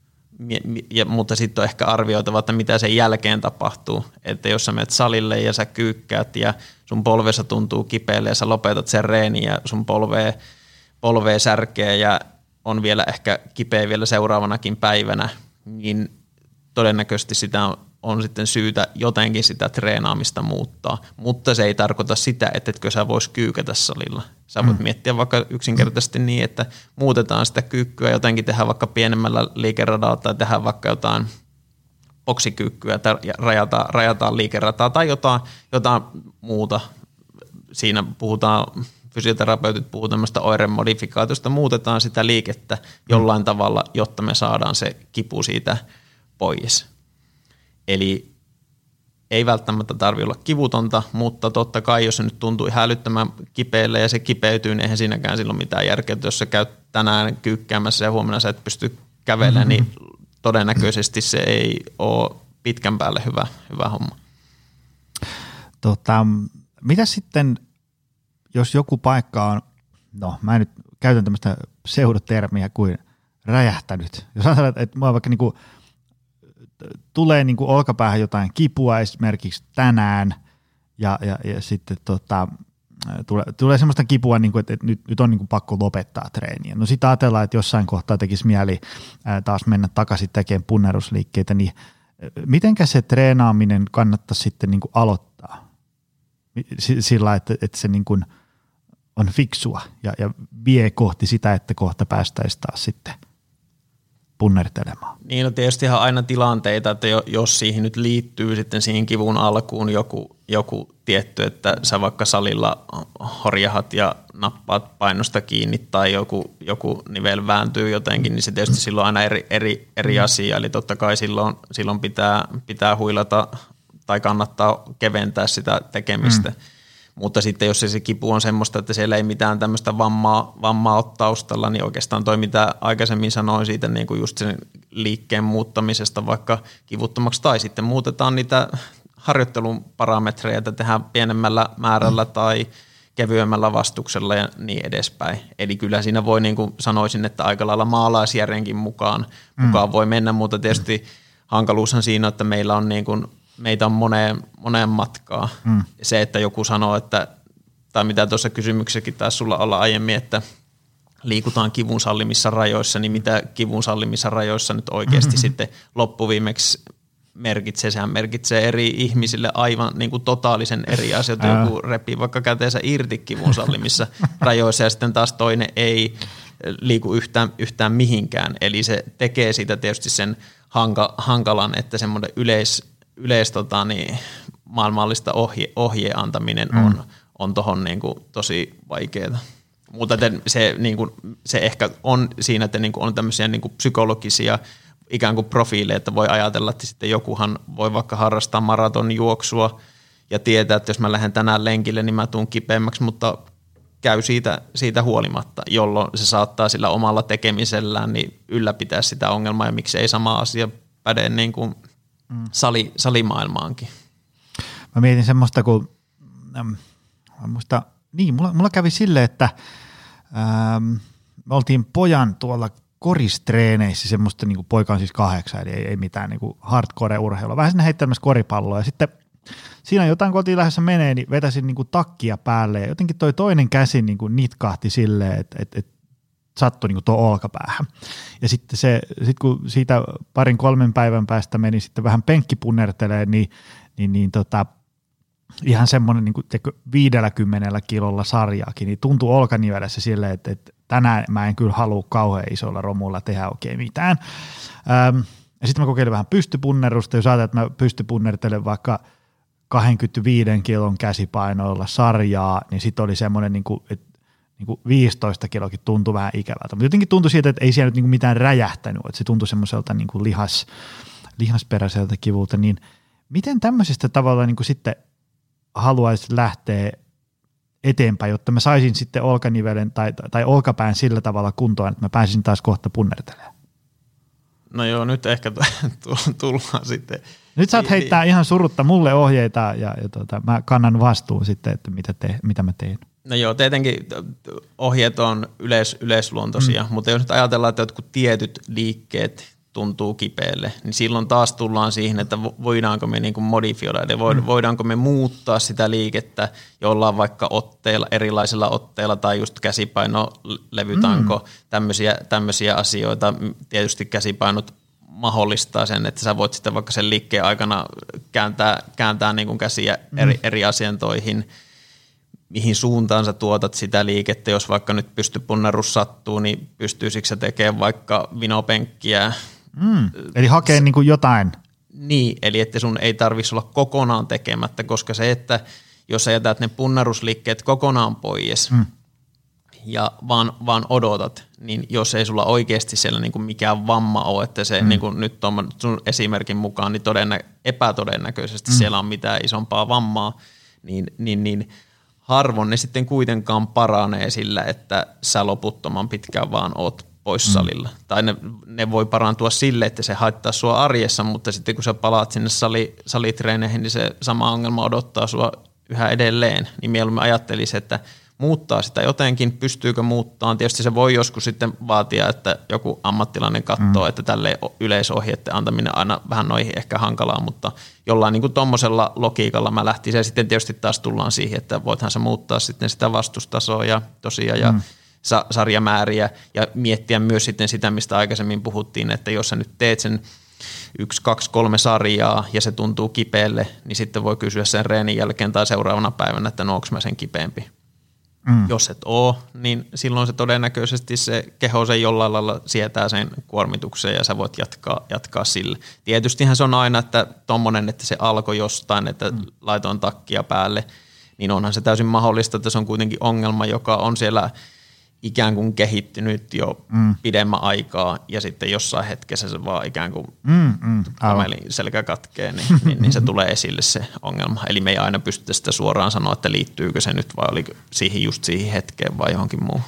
Speaker 3: mutta sitten on ehkä arvioitava, että mitä sen jälkeen tapahtuu. Että jos sä menet salille ja sä kyykkäät ja sun polvessa tuntuu kipeälle ja sä lopetat sen reenin ja sun polvea särkee ja on vielä ehkä kipeä vielä seuraavanakin päivänä, niin todennäköisesti sitä on sitten syytä jotenkin sitä treenaamista muuttaa, mutta se ei tarkoita sitä, ettetkö sä vois kyykätä salilla. Sä voit miettiä vaikka yksinkertaisesti niin, että muutetaan sitä kyykkyä, jotenkin tehdään vaikka pienemmällä liikeradalla tai tehdään vaikka jotain boksikyykkyä tai rajataan liikerataa tai jotain muuta. Siinä fysioterapeutit puhuu tämmöistä oiremodifikaatiosta, muutetaan sitä liikettä jollain tavalla, jotta me saadaan se kipu siitä pois. Eli ei välttämättä tarvitse olla kivutonta, mutta totta kai, jos se nyt tuntuu ihan älyttömän kipeälle ja se kipeytyy, niin eihän siinäkään silloin mitään järkeä. Jos sä käyt tänään kyykkäämässä ja huomenna sä et pysty kävelemään, niin todennäköisesti se ei ole pitkän päälle hyvä homma.
Speaker 2: Mitä sitten, jos joku paikka on, mä nyt käytän tämmöistä pseudotermiä kuin räjähtänyt. Jos ajatellaan, että mua vaikka niinku tulee niin kuin olkapäähän jotain kipua esimerkiksi tänään ja sitten tulee semmoista kipua, niin kuin, että nyt on niin kuin pakko lopettaa treeniä. No sitten ajatellaan, että jossain kohtaa tekisi mieli taas mennä takaisin tekemään punnerusliikkeitä, niin mitenkä se treenaaminen kannattaisi sitten niin kuin aloittaa sillä, että se niin kuin on fiksua ja vie kohti sitä, että kohta päästäisiin taas sitten punnertelemaan.
Speaker 3: Niin, no tietysti ihan aina tilanteita, että jos siihen nyt liittyy sitten siihen kivun alkuun joku tietty, että sä vaikka salilla horjahat ja nappaat painosta kiinni tai joku nivel vääntyy jotenkin, niin se tietysti silloin aina eri asia. Eli totta kai silloin pitää huilata tai kannattaa keventää sitä tekemistä. Mutta sitten jos se kipu on semmoista, että siellä ei mitään tämmöistä vammaa ole taustalla, niin oikeastaan toi mitä aikaisemmin sanoin siitä niin kuin just sen liikkeen muuttamisesta vaikka kivuttomaksi tai sitten muutetaan niitä harjoittelun parametreja, että tehdään pienemmällä määrällä tai kevyemmällä vastuksella ja niin edespäin. Eli kyllä siinä voi niin kuin sanoisin, että aika lailla maalaisjärjenkin mukaan voi mennä, mutta tietysti hankaluushan siinä, että meillä on niin kuin meitä on moneen matkaa. Se, että joku sanoo, että, tai mitä tuossa kysymyksessäkin taisi sulla olla aiemmin, että liikutaan kivun sallimissa rajoissa, niin mitä kivun sallimissa rajoissa nyt oikeasti sitten loppuviimeksi merkitsee? Sehän merkitsee eri ihmisille aivan niin kuin totaalisen eri asioita. Joku repii vaikka käteensä irti kivun sallimissa rajoissa ja sitten taas toinen ei liiku yhtään mihinkään. Eli se tekee siitä tietysti sen hankalan, että semmoinen maailmallista ohjeen antaminen on tohon niinku tosi vaikeaa. Mutta se ehkä on siinä, että niinku on tämmöisiä niinku psykologisia ikään kuin profiileja, että voi ajatella, että sitten jokuhan voi vaikka harrastaa maratonjuoksua ja tietää, että jos mä lähden tänään lenkille, niin mä tuun kipeämmäksi, mutta käy siitä huolimatta, jolloin se saattaa sillä omalla tekemisellään niin ylläpitää sitä ongelmaa ja miksi ei sama asia päde niin kuin salimaailmaankin.
Speaker 2: Mä mietin semmoista, kun muista, niin, mulla kävi silleen, että me oltiin pojan tuolla koristreeneissä, semmoista niin kuin poika on siis 8, eli ei mitään niin kuin hardcore-urheilua, vähän sinne heittämässä koripalloa, ja sitten siinä jotain, kun oltiin lähdössä menee, niin vetäsin niin kuin takkia päälle, ja jotenkin toi toinen käsi niin kuin nitkahti silleen, että sattui niin kuin tuo olkapäähän. Ja sitten kun siitä 2-3 päivän päästä meni sitten vähän penkkipunnerteleen, niin ihan semmoinen niin kuin 50 kilolla sarjaakin, niin tuntui olkanivelessä silleen, että tänään mä en kyllä halua kauhean isolla romulla tehdä oikein mitään. Ja sitten mä kokeilin vähän pystypunnerusta, jos ajatellaan, että mä pystypunnertelen vaikka 25 kilon käsipainoilla sarjaa, niin sitten oli semmoinen, että 15 kilokin tuntui vähän ikävältä. Mutta jotenkin tuntui siitä, että ei siellä nyt niin kuin mitään räjähtänyt, että se tuntui semmoiselta niin kuin lihasperäiseltä kivulta. Niin miten tämmöisestä tavallaan niin kuin sitten haluaisit lähteä eteenpäin, jotta mä saisin sitten olkanivelen tai olkapään sillä tavalla kuntoon, että mä pääsin taas kohta punnertelemaan? No
Speaker 3: joo, nyt ehkä tullaan sitten.
Speaker 2: Nyt saat heittää ihan surutta mulle ohjeita ja mä kannan vastuun sitten, että mitä mä teen.
Speaker 3: No joo, tietenkin ohjeet on yleisluontoisia, mutta jos nyt ajatellaan, että jotkut tietyt liikkeet tuntuu kipeälle, niin silloin taas tullaan siihen, että voidaanko me niinku modifioida, eli voidaanko me muuttaa sitä liikettä jollain vaikka otteilla, erilaisilla otteilla tai just käsipainolevytanko, tämmöisiä asioita. Tietysti käsipainot mahdollistaa sen, että sä voit sitten vaikka sen liikkeen aikana kääntää niinku käsiä eri asentoihin, mihin suuntaan sä tuotat sitä liikettä, jos vaikka nyt pystypunnerus sattuu, niin pystyisikö sä tekemään vaikka vinopenkkiä.
Speaker 2: Eli hakee niin kuin jotain.
Speaker 3: Niin, eli että sun ei tarvitsisi olla kokonaan tekemättä, koska se, että jos sä jätät ne punnerusliikkeet kokonaan pois ja vaan odotat, niin jos ei sulla oikeasti siellä niin kuin mikään vamma ole, että se niin kuin nyt on sun esimerkin mukaan, niin epätodennäköisesti siellä on mitään isompaa vammaa, niin harvoin ne sitten kuitenkaan paranee sillä, että sä loputtoman pitkään vaan oot pois salilla. Tai ne voi parantua sille, että se haittaa sua arjessa, mutta sitten kun sä palaat sinne salitreeneihin, niin se sama ongelma odottaa sua yhä edelleen. Niin mieluummin ajattelisi, että muuttaa sitä jotenkin, pystyykö muuttaa. Tietysti se voi joskus sitten vaatia, että joku ammattilainen katsoo, että tälle yleisohjeiden antaminen aina vähän noihin ehkä hankalaa, mutta jollain niin kuin tommosella logiikalla mä lähtisin. Ja sitten tietysti taas tullaan siihen, että voithan sä muuttaa sitten sitä vastustasoa ja tosiaan ja sarjamääriä ja miettiä myös sitten sitä, mistä aikaisemmin puhuttiin, että jos sä nyt teet sen 1, 2, 3 sarjaa ja se tuntuu kipeälle, niin sitten voi kysyä sen reenin jälkeen tai seuraavana päivänä, että no onko mä sen kipeämpi. Jos et ole, niin silloin se todennäköisesti se keho sen jollain lailla sietää sen kuormituksen ja sä voit jatkaa sille. Tietystihän se on aina, että tommonen, että se alkoi jostain, että laitoin takkia päälle, niin onhan se täysin mahdollista, että se on kuitenkin ongelma, joka on siellä ikään kuin kehittynyt jo pidemmän aikaa ja sitten jossain hetkessä se vaan ikään kuin kamelin selkä katkee, niin se tulee esille se ongelma. Eli me ei aina pystytä sitä suoraan sanoa, että liittyykö se nyt vai oliko siihen hetkeen vai johonkin muuhun.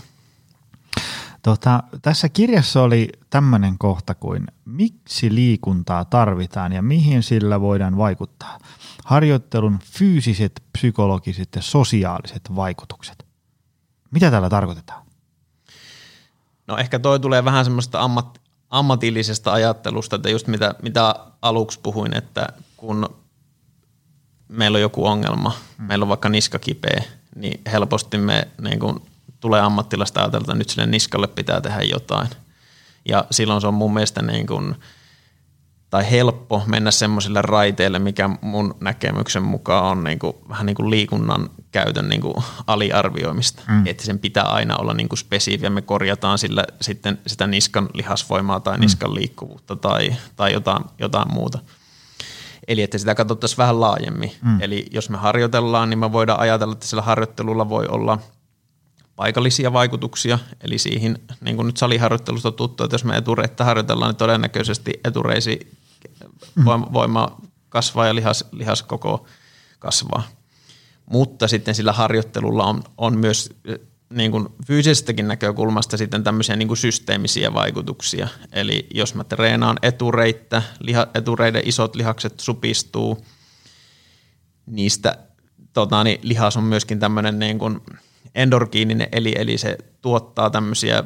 Speaker 2: Tässä kirjassa oli tämmöinen kohta kuin miksi liikuntaa tarvitaan ja mihin sillä voidaan vaikuttaa. Harjoittelun fyysiset, psykologiset ja sosiaaliset vaikutukset. Mitä tällä tarkoitetaan?
Speaker 3: No ehkä toi tulee vähän semmoista ammatillisesta ajattelusta, että just mitä aluksi puhuin, että kun meillä on joku ongelma, meillä on vaikka niska kipeä, niin helposti me niin kun tulee ammattilaista ajatella, että nyt sille niskalle pitää tehdä jotain. Ja silloin se on mun mielestä niin kun, tai helppo mennä semmoisille raiteille, mikä mun näkemyksen mukaan on niin kuin, vähän niin kuin liikunnan käytön niin kuin aliarvioimista. Että sen pitää aina olla niin kuin spesifiä. Me korjataan sillä sitten sitä niskan lihasvoimaa tai niskan liikkuvuutta tai jotain muuta. Eli että sitä katsottaisiin vähän laajemmin. Eli jos me harjoitellaan, niin me voidaan ajatella, että sillä harjoittelulla voi olla paikallisia vaikutuksia, eli siihen, niin kuin nyt saliharjoittelusta on tuttu, että jos me etureittä harjoitellaan, niin todennäköisesti etureisi voima kasvaa ja lihaskoko kasvaa. Mutta sitten sillä harjoittelulla on myös niin kuin fyysisestäkin näkökulmasta sitten tämmöisiä niin kuin systeemisiä vaikutuksia. Eli jos mä treenaan etureittä, etureiden isot lihakset supistuu, niistä lihas on myöskin tämmöinen niin kuin endorgiininen eli se tuottaa tämmöisiä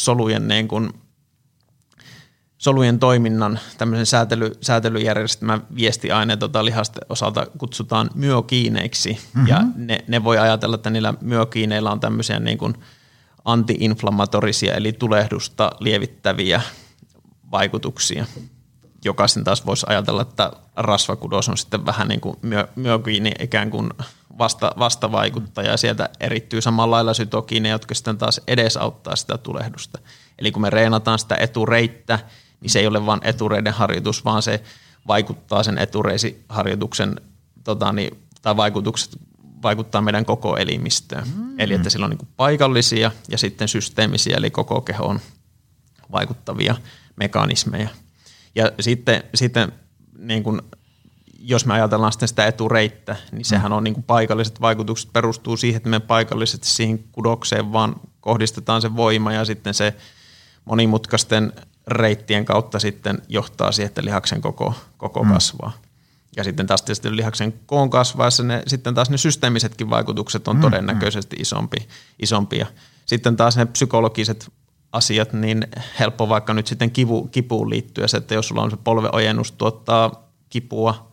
Speaker 3: solujen toiminnan tämmöisen säätelyjärjestelmän viestiaineet, lihasten osalta kutsutaan myokiineiksi, ja ne voi ajatella, että niillä myokiineilla on tämmöisiä niin kuin anti-inflammatorisia, eli tulehdusta lievittäviä vaikutuksia, joka sitten taas voisi ajatella, että rasvakudos on sitten vähän niin kuin myokiini ikään kuin vastavaikuttaja, ja sieltä erittyy samalla lailla sytokiineja, jotka sitten taas edesauttaa sitä tulehdusta. Eli kun me reenataan sitä etureittä, niin se ei ole vain etureiden harjoitus, vaan se vaikuttaa sen etureisiharjoituksen, tai vaikutukset vaikuttaa meidän koko elimistöön. Eli että sillä on niin kuin paikallisia ja sitten systeemisiä, eli koko kehoon vaikuttavia mekanismeja. Ja sitten niin kuin, jos me ajatellaan sitten sitä etureittä, niin sehän on niin kuin paikalliset vaikutukset perustuu siihen, että me paikallisesti siihen kudokseen vaan kohdistetaan se voima, ja sitten se monimutkaisten reittien kautta sitten johtaa siihen, että lihaksen koko kasvaa. Ja sitten taas tietysti lihaksen koon kasvaessa sitten taas ne systeemisetkin vaikutukset on todennäköisesti isompia. Sitten taas ne psykologiset asiat, niin helppo vaikka nyt sitten kipuun liittyen se, että jos sulla on se polvenojennus tuottaa kipua,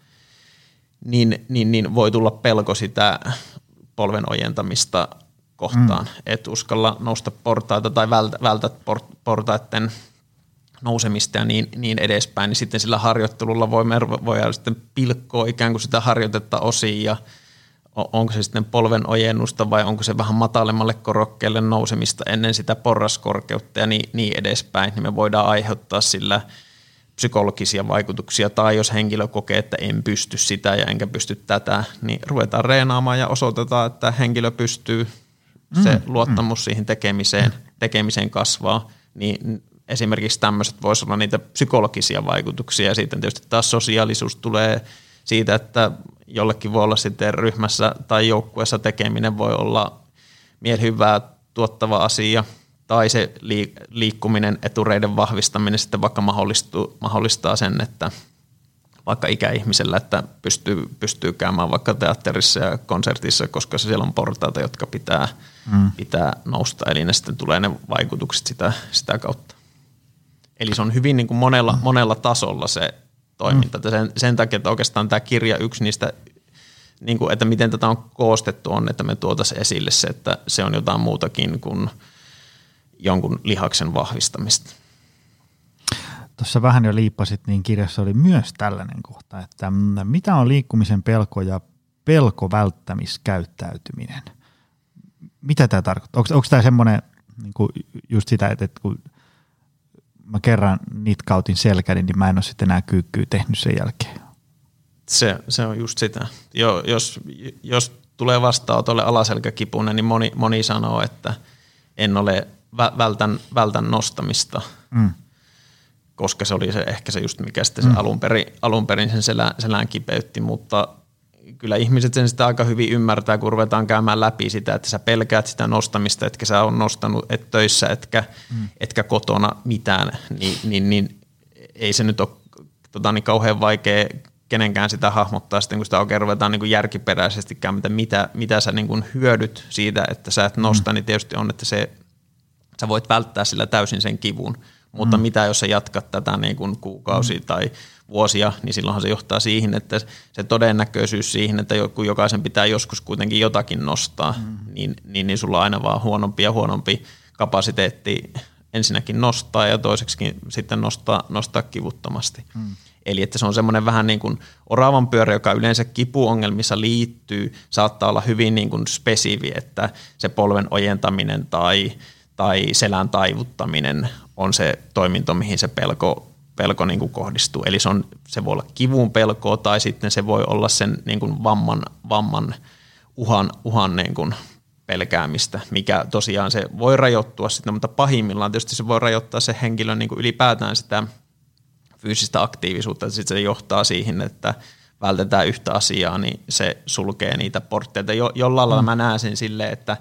Speaker 3: niin voi tulla pelko sitä polven ojentamista kohtaan. Et uskalla nousta portaita tai vältät portaiden nousemista ja niin edespäin, niin sitten sillä harjoittelulla voi sitten pilkkoa ikään kuin sitä harjoitetta osiin, ja onko se sitten polven ojennusta vai onko se vähän matalemmalle korokkeelle nousemista ennen sitä porraskorkeutta ja niin edespäin, niin me voidaan aiheuttaa sillä psykologisia vaikutuksia, tai jos henkilö kokee, että en pysty sitä ja enkä pysty tätä, niin ruvetaan reenaamaan ja osoitetaan, että henkilö pystyy, se luottamus siihen tekemiseen kasvaa, niin esimerkiksi tämmöiset voisi olla niitä psykologisia vaikutuksia, ja sitten tietysti taas sosiaalisuus tulee siitä, että jollekin voi olla sitten ryhmässä tai joukkueessa tekeminen voi olla mielihyvää tuottava asia, tai se liikkuminen, etureiden vahvistaminen sitten vaikka mahdollistaa sen, että vaikka ikäihmisellä, että pystyy käymään vaikka teatterissa ja konsertissa, koska siellä on portaita, jotka pitää nousta, eli ne sitten tulee ne vaikutukset sitä kautta. Eli se on hyvin niin kuin monella tasolla se toiminta. Sen takia, että oikeastaan tämä kirja yksi niistä, niin kuin, että miten tätä on koostettu, on, että me tuotaisiin esille se, että se on jotain muutakin kuin jonkun lihaksen vahvistamista.
Speaker 2: Tuossa vähän jo liippasit, niin kirjassa oli myös tällainen kohta, että mitä on liikkumisen pelko ja pelkovälttämiskäyttäytyminen? Mitä tämä tarkoittaa? Onko tämä semmoinen niin kuin just sitä, että kun mä kerran nitkautin selkäni, niin mä en ole sitten enää kyykkyä tehnyt sen jälkeen?
Speaker 3: Se on just sitä. Jos tulee vastaanotolle alaselkäkipunen, niin moni sanoo, että en ole vältän nostamista, koska se oli ehkä se just mikä sitten se alun perin sen selän kipeytti, mutta kyllä ihmiset sen sitä aika hyvin ymmärtää, kun ruvetaan käymään läpi sitä, että sä pelkäät sitä nostamista, etkä sä on nostanut töissä, etkä kotona mitään, niin ei se nyt ole niin kauhean vaikea kenenkään sitä hahmottaa sitten, kun sitä oikein ruvetaan niin kuin järkiperäisesti käymään, mitä sä niin kuin hyödyt siitä, että sä et nosta, niin tietysti on, että sä voit välttää sillä täysin sen kivun, mutta mitä jos sä jatkat tätä niin kuin kuukausia tai vuosia, niin silloinhan se johtaa siihen, että se todennäköisyys siihen, että kun jokaisen pitää joskus kuitenkin jotakin nostaa, niin sulla on aina vaan huonompi ja huonompi kapasiteetti ensinnäkin nostaa ja toiseksikin sitten nostaa kivuttomasti. Eli että se on semmoinen vähän niin kuin oravan pyörä, joka yleensä kipuongelmissa liittyy, saattaa olla hyvin niin kuin spesifi, että se polven ojentaminen tai selän taivuttaminen on se toiminto, mihin se pelko niin kuin kohdistuu. Eli se voi olla kivun pelkoa tai sitten se voi olla sen niin kuin vamman uhan niin kuin pelkäämistä, mikä tosiaan se voi rajoittua sitten, mutta pahimmillaan tietysti se voi rajoittaa se henkilön niin kuin ylipäätään sitä fyysistä aktiivisuutta, että sitten se johtaa siihen, että vältetään yhtä asiaa, niin se sulkee niitä portteita. Jollain lailla mä näen sen silleen, että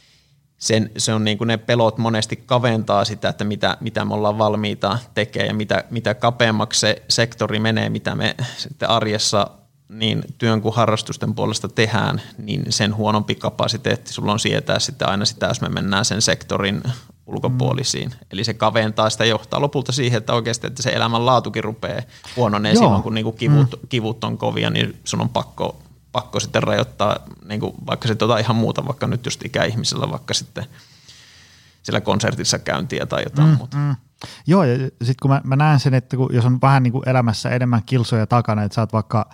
Speaker 3: se on niin kuin ne pelot monesti kaventaa sitä, että mitä me ollaan valmiita tekemään ja mitä kapeammaksi se sektori menee, mitä me sitten arjessa niin työn kuin harrastusten puolesta tehdään, niin sen huonompi kapasiteetti sulla on sietää sitten aina sitä, jos me mennään sen sektorin ulkopuolisiin. Eli se kaventaa sitä, johtaa lopulta siihen, että oikeasti että se elämänlaatukin rupeaa huononeen silloin, kun niinku kivut on kovia, niin sun on pakko sitten rajoittaa niinku vaikka sitten ihan muuta, vaikka nyt just ikäihmisellä, vaikka sitten siellä konsertissa käyntiä tai jotain muuta.
Speaker 2: Joo, ja sitten kun mä näen sen, että jos on vähän niin kuin elämässä enemmän kilsoja takana, että sä oot vaikka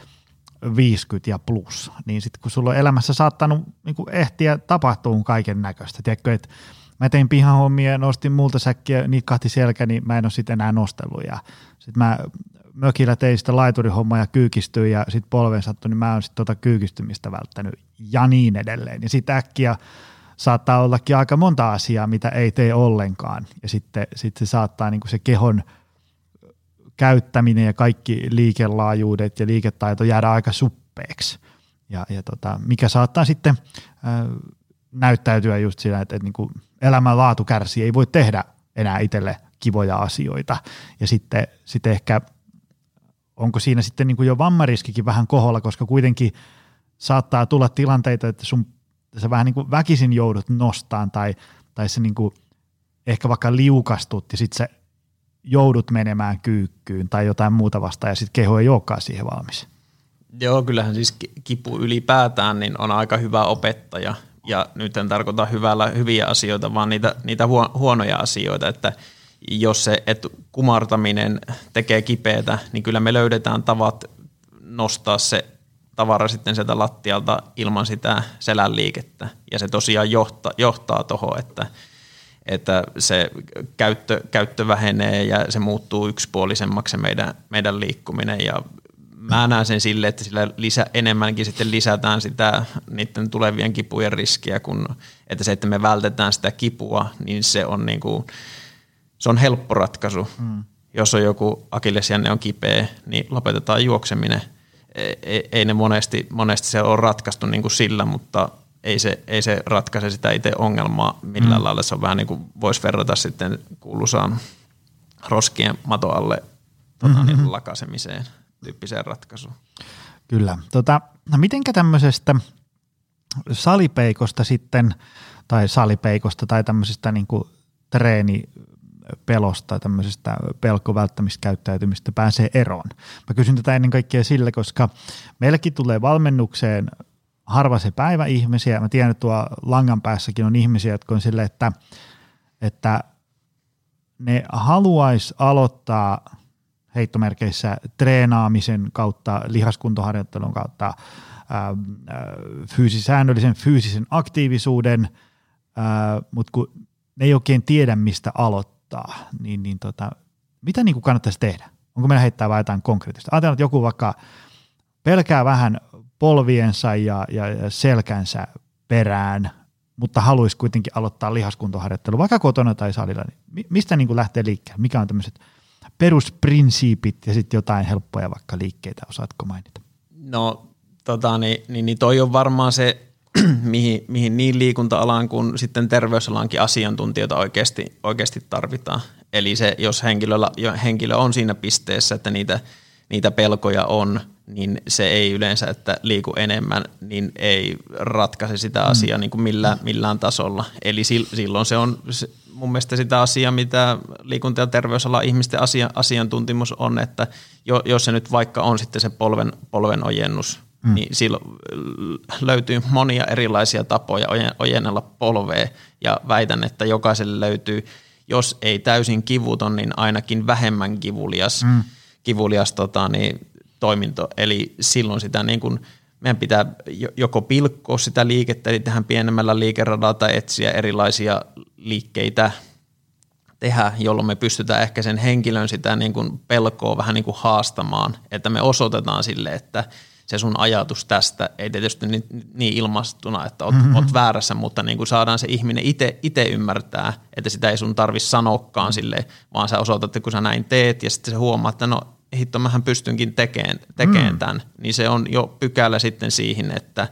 Speaker 2: 50 ja plus, niin sitten kun sulla on elämässä saattanut niin kuin ehtiä tapahtua kaiken näköistä. Tiedätkö, että mä tein pihahommia, nostin multasäkkiä, nitkahti selkä, niin mä en ole sitten enää nostellut. Ja sitten mä mökillä tein sitä laiturihommaa ja kyykistyin ja sitten polven sattui, niin mä oon sitten kyykistymistä välttänyt ja niin edelleen. Ja sitten äkkiä saattaa ollakin aika monta asiaa, mitä ei tee ollenkaan. Ja sitten se saattaa niin kuin se kehon käyttäminen ja kaikki liikelaajuudet ja liiketaito jäädä aika suppeeksi. Ja mikä saattaa sitten näyttäytyä just sillä, että niin kuin elämänlaatu kärsii, ei voi tehdä enää itselle kivoja asioita. Ja sitten ehkä, onko siinä sitten niin kuin jo vammariskikin vähän koholla, koska kuitenkin saattaa tulla tilanteita, että sä vähän niin kuin väkisin joudut nostaan tai se niin kuin ehkä vaikka liukastut ja sitten sä joudut menemään kyykkyyn tai jotain muuta vastaan ja sitten keho ei olekaan siihen valmis.
Speaker 3: Joo, kyllähän siis kipu ylipäätään niin on aika hyvä opettaja ja nyt en tarkoita hyviä asioita, vaan niitä huonoja asioita, että jos se kumartaminen tekee kipeätä, niin kyllä me löydetään tavat nostaa se tavara sitten sieltä lattialta ilman sitä selän liikettä. Ja se tosiaan johtaa tuohon, että se käyttö vähenee ja se muuttuu yksipuolisemmaksi se meidän liikkuminen. Ja mä näen sen silleen, että sillä enemmänkin sitten lisätään sitä niiden tulevien kipujen riskiä, kun että se, että me vältetään sitä kipua, niin se on, se on helppo ratkaisu. Jos on joku akillesjänne on kipeä, niin lopetetaan juokseminen. Ei ne monesti se on ratkaistu niin kuin sillä, mutta ei se ratkaise sitä itse ongelmaa millään lailla. Se on vähän niin kuin voisi verrata sitten kuuluisaan roskien maton alle niin lakasemiseen tyyppiseen ratkaisuun.
Speaker 2: Kyllä. No mitenkä tämmöisestä salipeikosta sitten, tai tämmöisestä niin kuin treenipelosta, tämmöisestä pelkovälttämiskäyttäytymistä pääsee eroon. Mä kysyn tätä ennen kaikkea sillä, koska meilläkin tulee valmennukseen harva se päivä ihmisiä. Mä tiedän, että tuo langan päässäkin on ihmisiä, jotka on silleen, että ne haluaisi aloittaa heittomerkeissä treenaamisen kautta, lihaskuntoharjoittelun kautta, säännöllisen fyysisen aktiivisuuden, mutta kun ne ei oikein tiedä, mistä aloittaa, niin mitä niin kuin kannattaisi tehdä? Onko meillä heittää vai jotain konkreettista? Ajatellaan, että joku vaikka pelkää vähän polviensa ja selkänsä perään, mutta haluaisi kuitenkin aloittaa lihaskuntoharjoittelu, vaikka kotona tai salilla. Niin mistä niin kuin lähtee liikkeelle? Mikä on tämmöiset perusprinsiipit ja sitten jotain helppoja vaikka liikkeitä, osaatko mainita?
Speaker 3: No niin toi on varmaan se, mihin niin liikunta-alan kuin sitten terveysalankin asiantuntijoita oikeasti tarvitaan. Eli se, jos henkilö on siinä pisteessä, että niitä pelkoja on, niin se ei yleensä, että liiku enemmän, niin ei ratkaise sitä asiaa niin kuin millään tasolla. Eli silloin se on mun mielestä sitä asiaa, mitä liikunta- ja terveysalan ihmisten asiantuntemus on, että jos se nyt vaikka on sitten se polven ojennus, niin silloin löytyy monia erilaisia tapoja ojennella polvea ja väitän, että jokaiselle löytyy, jos ei täysin kivuton, niin ainakin vähemmän kivulias toiminto. Eli silloin sitä niin kuin meidän pitää joko pilkkoa sitä liikettä, eli tähän pienemmällä liikeradalla tai etsiä erilaisia liikkeitä tehdä, jolloin me pystytään ehkä sen henkilön sitä niin kuin pelkoa vähän niin kuin haastamaan, että me osoitetaan sille, että se sun ajatus tästä ei tietysti niin ilmastuna, että oot väärässä, mutta niin kuin saadaan se ihminen itse ymmärtää, että sitä ei sun tarvitse sanoakaan silleen, vaan sä osoitat, että kun sä näin teet ja sitten se huomaa, että no hitto, mähän pystynkin tekemään tämän, niin se on jo pykälä sitten siihen, että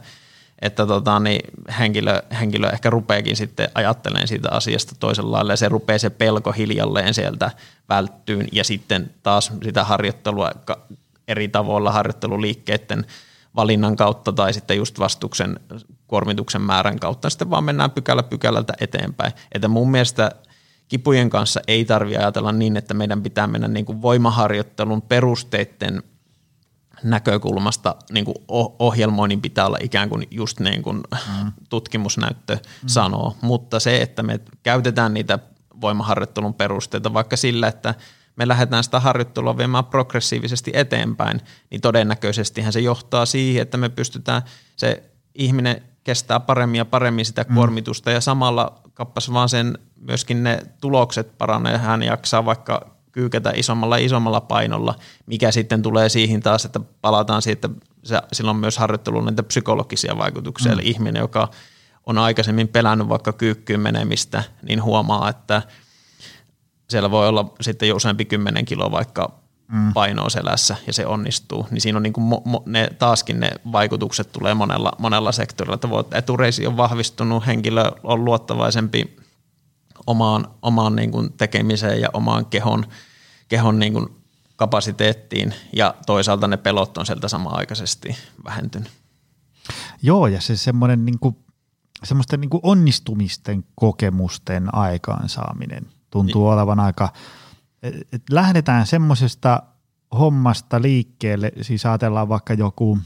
Speaker 3: henkilö ehkä rupeakin sitten ajattelemaan siitä asiasta toisella lailla ja se rupeaa se pelko hiljalleen sieltä välttyyn ja sitten taas sitä harjoittelua eri tavoilla harjoitteluliikkeiden valinnan kautta tai sitten just vastuksen kuormituksen määrän kautta. Sitten vaan mennään pykälä pykälältä eteenpäin. Että mun mielestä kipujen kanssa ei tarvitse ajatella niin, että meidän pitää mennä niin kuin voimaharjoittelun perusteiden näkökulmasta niin kuin ohjelmoinnin pitää olla ikään kuin just niin kuin tutkimusnäyttö sanoo, mutta se, että me käytetään niitä voimaharjoittelun perusteita vaikka sillä, että me lähdetään sitä harjoittelua viemään progressiivisesti eteenpäin, niin todennäköisestihän se johtaa siihen, että me pystytään, se ihminen kestää paremmin ja paremmin sitä kuormitusta ja samalla kappas vaan sen myöskin ne tulokset paranee, hän jaksaa vaikka kyykätä isommalla painolla, mikä sitten tulee siihen taas, että palataan siihen, että sillä on myös harjoittelulla niitä psykologisia vaikutuksia, eli ihminen, joka on aikaisemmin pelännyt vaikka kyykkyyn menemistä, niin huomaa, että siellä voi olla sitten jo useampi 10 kiloa vaikka painoa selässä ja se onnistuu, niin siinä on niin kuin taaskin ne vaikutukset tulee monella sektorilla, että etureisi on vahvistunut, henkilö on luottavaisempi omaan niin kuin tekemiseen ja omaan kehon niin kuin kapasiteettiin ja toisaalta ne pelot on sieltä samanaikaisesti vähentynyt.
Speaker 2: Joo, ja se semmoinen niin kuin, semmoisten niin kuin onnistumisten kokemusten aikaansaaminen tuntuu olevan aika, että lähdetään semmoisesta hommasta liikkeelle, siis ajatellaan vaikka joku,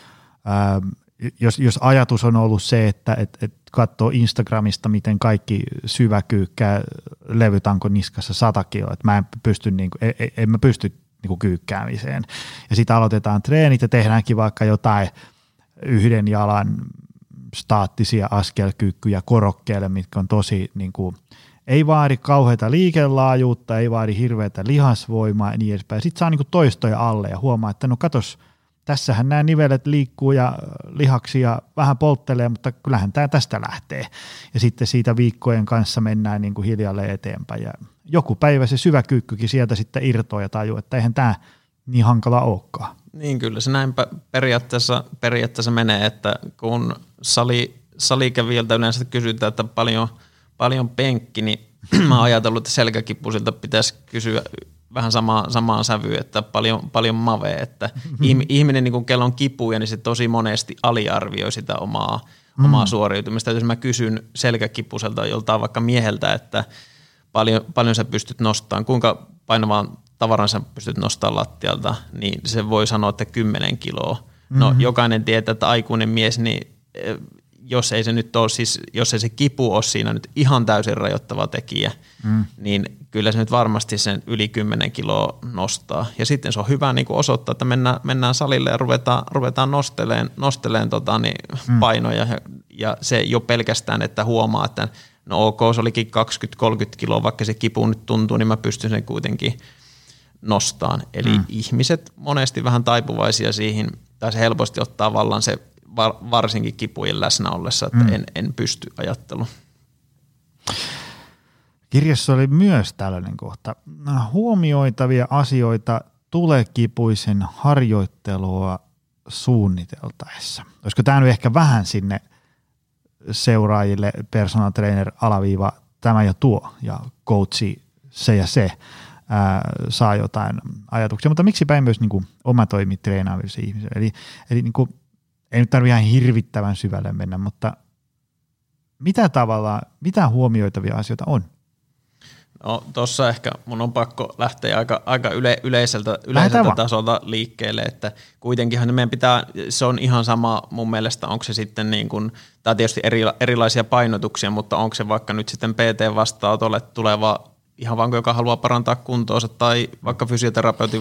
Speaker 2: jos ajatus on ollut se, että katsoo Instagramista, miten kaikki syväkyykkää levytanko niskassa 100 kiloa, että mä en mä pysty niin kuin kyykkäämiseen. Ja sitten aloitetaan treenit ja tehdäänkin vaikka jotain yhden jalan staattisia askelkyykkyjä korokkeelle, mitkä on tosi niin kuin, ei vaadi kauheata liikelaajuutta, ei vaadi hirveätä lihasvoimaa ja niin edespäin. Sitten saa niin kuin toistoja alle ja huomaa, että no katos, tässähän nämä nivelet liikkuu ja lihaksia vähän polttelee, mutta kyllähän tämä tästä lähtee. Ja sitten siitä viikkojen kanssa mennään niin kuin hiljalleen eteenpäin. Ja joku päivä se syvä kyykkykin sieltä sitten irtoaa ja tajuu, että eihän tämä niin hankala olekaan. Niin
Speaker 3: kyllä, se näin periaatteessa menee, että kun salikävijältä yleensä kysytään, että paljon penkki, niin mä oon ajatellut, että selkäkipusilta pitäisi kysyä vähän samaan sävyyn, että paljon mavea, että ihminen niin kun kello on kipuja, niin se tosi monesti aliarvioi sitä omaa suoriutumista. Jos mä kysyn selkäkipuselta joltain vaikka mieheltä, että paljon sä pystyt nostamaan, kuinka painavaan tavaran sä pystyt nostamaan lattialta, niin se voi sanoa, että 10 kiloa. No jokainen tietää, että aikuinen mies, niin jos ei se nyt ole, siis jos ei se kipu ole siinä nyt ihan täysin rajoittava tekijä, niin kyllä se nyt varmasti sen yli 10 kiloa nostaa. Ja sitten se on hyvä niin kuin osoittaa, että mennään salille ja ruvetaan nosteleen painoja. Ja se jo pelkästään, että huomaa, että no ok, se olikin 20-30 kiloa, vaikka se kipu nyt tuntuu, niin mä pystyn sen kuitenkin nostamaan. Eli ihmiset monesti vähän taipuvaisia siihen, tai se helposti ottaa vallan se varsinkin kipujen läsnä ollessa, että en pysty ajatteluun.
Speaker 2: Kirjassa oli myös tällainen kohta. Huomioitavia asioita tulekipuisen harjoittelua suunniteltaessa. Olisiko tämä nyt ehkä vähän sinne seuraajille personal trainer _ tämä ja tuo ja coachi se ja se saa jotain ajatuksia, mutta miksipä ei myös niin kuin omatoimi treenaavissa ihmisillä. Eli niin kuin, ei nyt tarvitse ihan hirvittävän syvälle mennä, mutta mitä huomioitavia asioita on?
Speaker 3: No tuossa ehkä mun on pakko lähteä aika yleiseltä tasolta liikkeelle, että kuitenkinhan meidän pitää, se on ihan sama mun mielestä, onko se sitten niin kuin, tämä on tietysti erilaisia painotuksia, mutta onko se vaikka nyt sitten PT-vastaanotolle tuleva ihan vaan joka haluaa parantaa kuntoonsa tai vaikka fysioterapeutin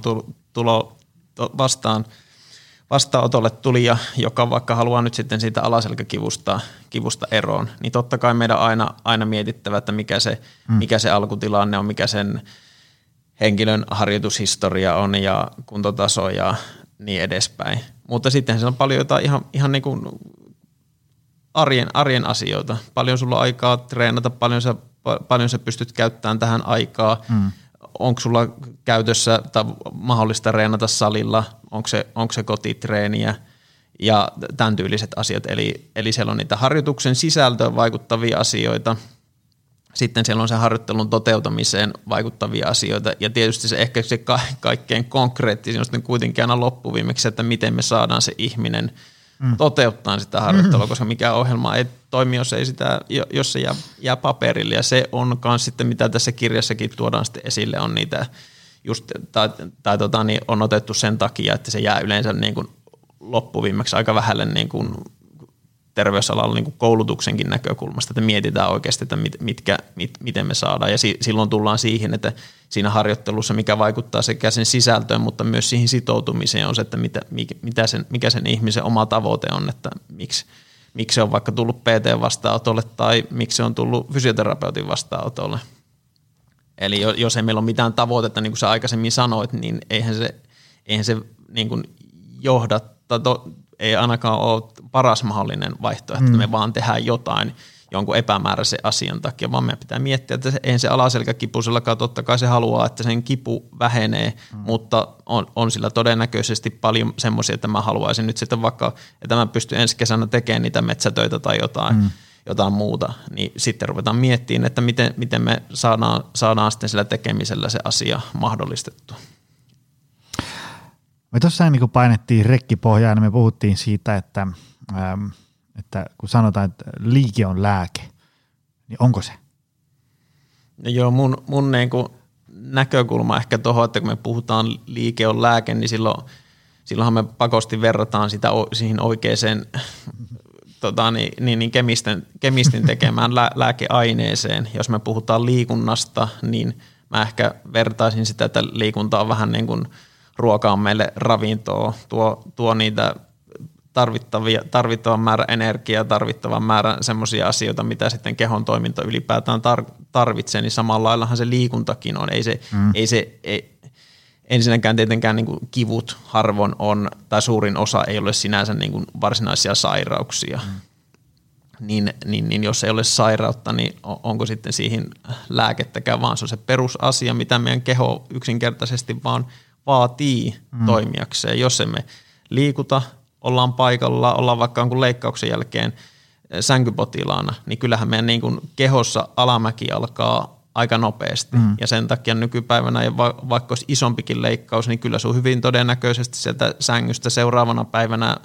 Speaker 3: vastaanotolle tulija, joka vaikka haluaa nyt sitten siitä alaselkäkivusta eroon, niin totta kai meidän aina mietittävä, että mikä se alkutilanne on, mikä sen henkilön harjoitushistoria on ja kuntotaso ja niin edespäin. Mutta sitten se on paljon jotain ihan niin kuin arjen asioita. Paljon sulla on aikaa treenata, paljon sä pystyt käyttämään tähän aikaa. Onko sulla käytössä tai mahdollista treenata salilla, onko se kotitreeniä ja tämän tyyliset asiat. Eli siellä on niitä harjoituksen sisältöön vaikuttavia asioita. Sitten siellä on se harjoittelun toteutumiseen vaikuttavia asioita ja tietysti se ehkä se kaikkein konkreettisin on sitten kuitenkin aina loppuviimeksi, että miten me saadaan se ihminen toteuttaa sitä harjoittelua, koska mikään ohjelma ei toimi, jos se jää paperille ja se on myös sitten mitä tässä kirjassakin tuodaan sitten esille on niitä just, niin on otettu sen takia, että se jää yleensä niin kuin loppuviimeksi aika vähälle niin kuin terveysalalla niin kuin koulutuksenkin näkökulmasta, että mietitään oikeasti, että miten me saadaan. Ja silloin tullaan siihen, että siinä harjoittelussa, mikä vaikuttaa sekä sen sisältöön, mutta myös siihen sitoutumiseen on se, että mikä sen ihmisen oma tavoite on, että miksi se on vaikka tullut PT-vastaanotolle tai miksi se on tullut fysioterapeutin vastaanotolle. Eli jos ei meillä ole mitään tavoitetta, niin kuin sä aikaisemmin sanoit, niin eihän se niin kuin johda, ei ainakaan ole paras mahdollinen vaihtoehto, että me vaan tehdään jotain jonkun epämääräisen asian takia, vaan meidän pitää miettiä, että eihän se alaselkäkipuisellakaan, totta kai se haluaa, että sen kipu vähenee, mutta on sillä todennäköisesti paljon semmoisia, että mä haluaisin nyt sitten vaikka, että mä pystyn ensi kesänä tekemään niitä metsätöitä tai jotain muuta, niin sitten ruvetaan miettimään, että miten me saadaan sitten sillä tekemisellä se asia mahdollistettua.
Speaker 2: Me tuossa ennen kuin painettiin rekkipohjaa, niin me puhuttiin siitä, että kun sanotaan, että liike on lääke, niin onko se?
Speaker 3: No joo, mun niin kuin näkökulma ehkä tuohon, että kun me puhutaan liike on lääke, niin silloinhan me pakosti verrataan sitä siihen oikeaan kemistin tekemään lääkeaineeseen. Jos me puhutaan liikunnasta, niin mä ehkä vertaisin sitä, että liikunta on vähän niin kuin ruoka on meille ravintoa, tuo niitä tarvittavan määrän energiaa, tarvittavan määrän semmoisia asioita, mitä sitten kehon toiminta ylipäätään tarvitsee, niin samalla laillahan se liikuntakin on. Ensinnäkään tietenkään niin kuin kivut harvoin on, tai suurin osa ei ole sinänsä niin kuin varsinaisia sairauksia. Niin jos ei ole sairautta, niin onko sitten siihen lääkettäkään, vaan se on se perusasia, mitä meidän keho yksinkertaisesti vaan vaatii toimijakseen. Jos emme liikuta, ollaan paikalla, ollaan vaikka jonkun leikkauksen jälkeen sänkypotilaana, niin kyllähän meidän niin kuin kehossa alamäki alkaa aika nopeasti. Ja sen takia nykypäivänä, ja vaikka olisi isompikin leikkaus, niin kyllä sun hyvin todennäköisesti sieltä sängystä seuraavana päivänä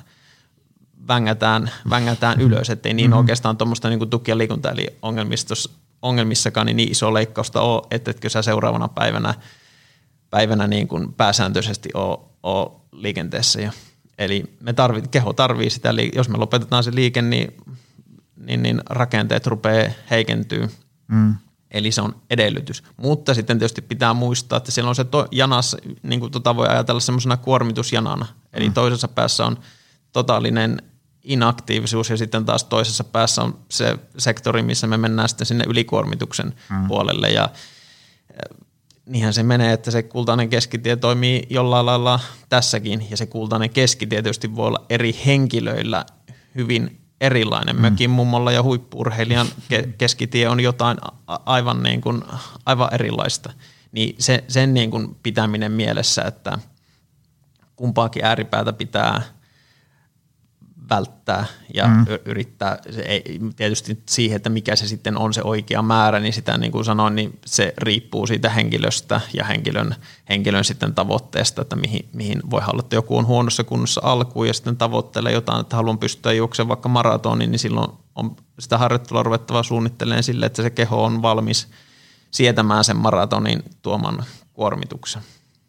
Speaker 3: vängätään ylös, ettei niin oikeastaan tuommoista niin kuin tuki- ja liikunta- eli ongelmissakaan niin iso leikkausta ole, etteikö sä seuraavana päivänä niin kuin pääsääntöisesti ole liikenteessä jo. Eli keho tarvii sitä, jos me lopetetaan se liike, niin rakenteet rupeaa heikentyä. Eli se on edellytys. Mutta sitten tietysti pitää muistaa, että siellä on se janassa, niin kuin voi ajatella semmoisena kuormitusjanana. Eli toisessa päässä on totaalinen inaktiivisuus ja sitten taas toisessa päässä on se sektori, missä me mennään sitten sinne ylikuormituksen puolelle. Ja niinhän se menee, että se kultainen keskitie toimii jollain lailla tässäkin, ja se kultainen keskitie tietysti voi olla eri henkilöillä hyvin erilainen. Mökin mummolla ja huippu-urheilijan keskitie on jotain aivan erilaista. Niin sen niin kuin pitäminen mielessä, että kumpaakin ääripäätä pitää välttää ja yrittää, tietysti siihen, että mikä se sitten on se oikea määrä, niin sitä niin kuin sanoin, niin se riippuu siitä henkilöstä ja henkilön sitten tavoitteesta, että mihin voi olla, että joku on huonossa kunnossa alkuun ja sitten tavoittelee jotain, että haluan pystyä juoksemaan vaikka maratonin, niin silloin on sitä harjoittelua ruvettava suunnittelemaan sille, että se keho on valmis sietämään sen maratonin tuoman kuormituksen.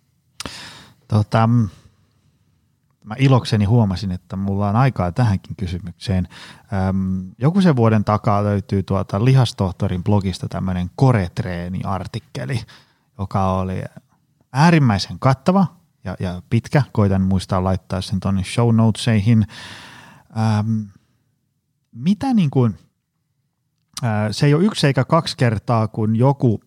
Speaker 2: Mä ilokseni huomasin, että mulla on aikaa tähänkin kysymykseen. Joku sen vuoden takaa löytyy Lihastohtorin blogista tämmöinen koretreeni-artikkeli, joka oli äärimmäisen kattava ja pitkä. Koitan muistaa laittaa sen tuonne show notesihin. Mitä niin kuin, se ei ole yksi eikä kaksi kertaa, kun joku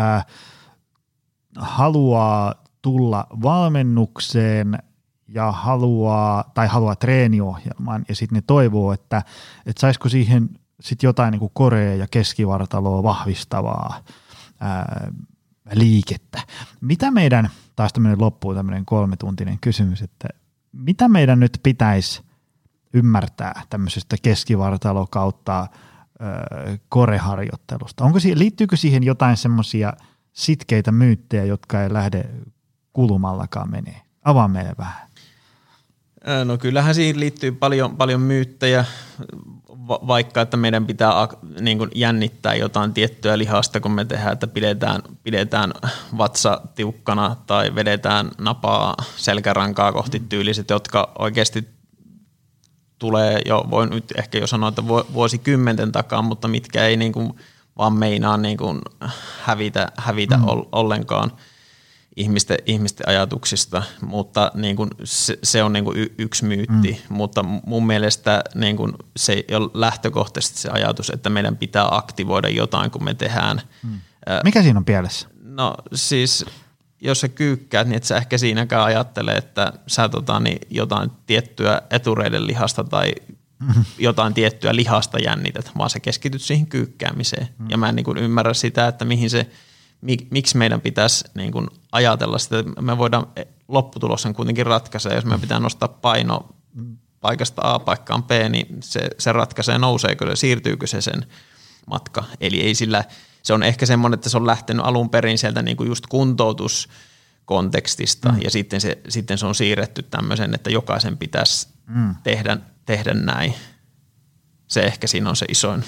Speaker 2: haluaa tulla valmennukseen ja haluaa treeniohjelman ja sitten ne toivoo, että saisiko siihen sitten jotain niin kuin korea ja keskivartaloa vahvistavaa liikettä. Mitä meidän, taas tämmöinen loppuun tämmöinen 3-tuntinen kysymys, että mitä meidän nyt pitäisi ymmärtää tämmöisestä keskivartalo kautta koreharjoittelusta. Liittyykö siihen jotain semmoisia sitkeitä myyttejä, jotka ei lähde kulumallakaan menee? Avaa meille vähän.
Speaker 3: No kyllähän siihen liittyy paljon myyttejä, vaikka että meidän pitää niin kuin jännittää jotain tiettyä lihasta, kun me tehdään, että pidetään vatsa tiukkana tai vedetään napaa selkärankaa kohti tyyliset, jotka oikeasti tulee jo, voin nyt ehkä jo sanoa, että vuosikymmenten takaa, mutta mitkä ei niin kuin vaan meinaa niin kuin hävitä ollenkaan ihmisten ajatuksista, mutta niin kuin se on niin kuin yksi myytti, mutta mun mielestä niin kuin se on lähtökohtaisesti se ajatus, että meidän pitää aktivoida jotain, kun me tehdään.
Speaker 2: Mikä siinä on pielessä?
Speaker 3: No siis, jos sä kyykkäät, niin et sä ehkä siinäkään ajattele, että sä jotain tiettyä etureiden lihasta tai jotain tiettyä lihasta jännität, vaan sä keskityt siihen kyykkäämiseen. Ja mä en niin kuin ymmärrä sitä, että miksi meidän pitäisi niin kuin ajatella sitä, että me voidaan lopputulos sen kuitenkin ratkaista, jos me pitää nostaa paino paikasta A paikkaan B, niin se ratkaisee, nouseeko se, siirtyykö se sen matka. Eli ei sillä, se on ehkä semmoinen, että se on lähtenyt alun perin sieltä niin kuin just kuntoutuskontekstista ja sitten se on siirretty tämmöisen, että jokaisen pitäisi tehdä näin. Se ehkä siinä on se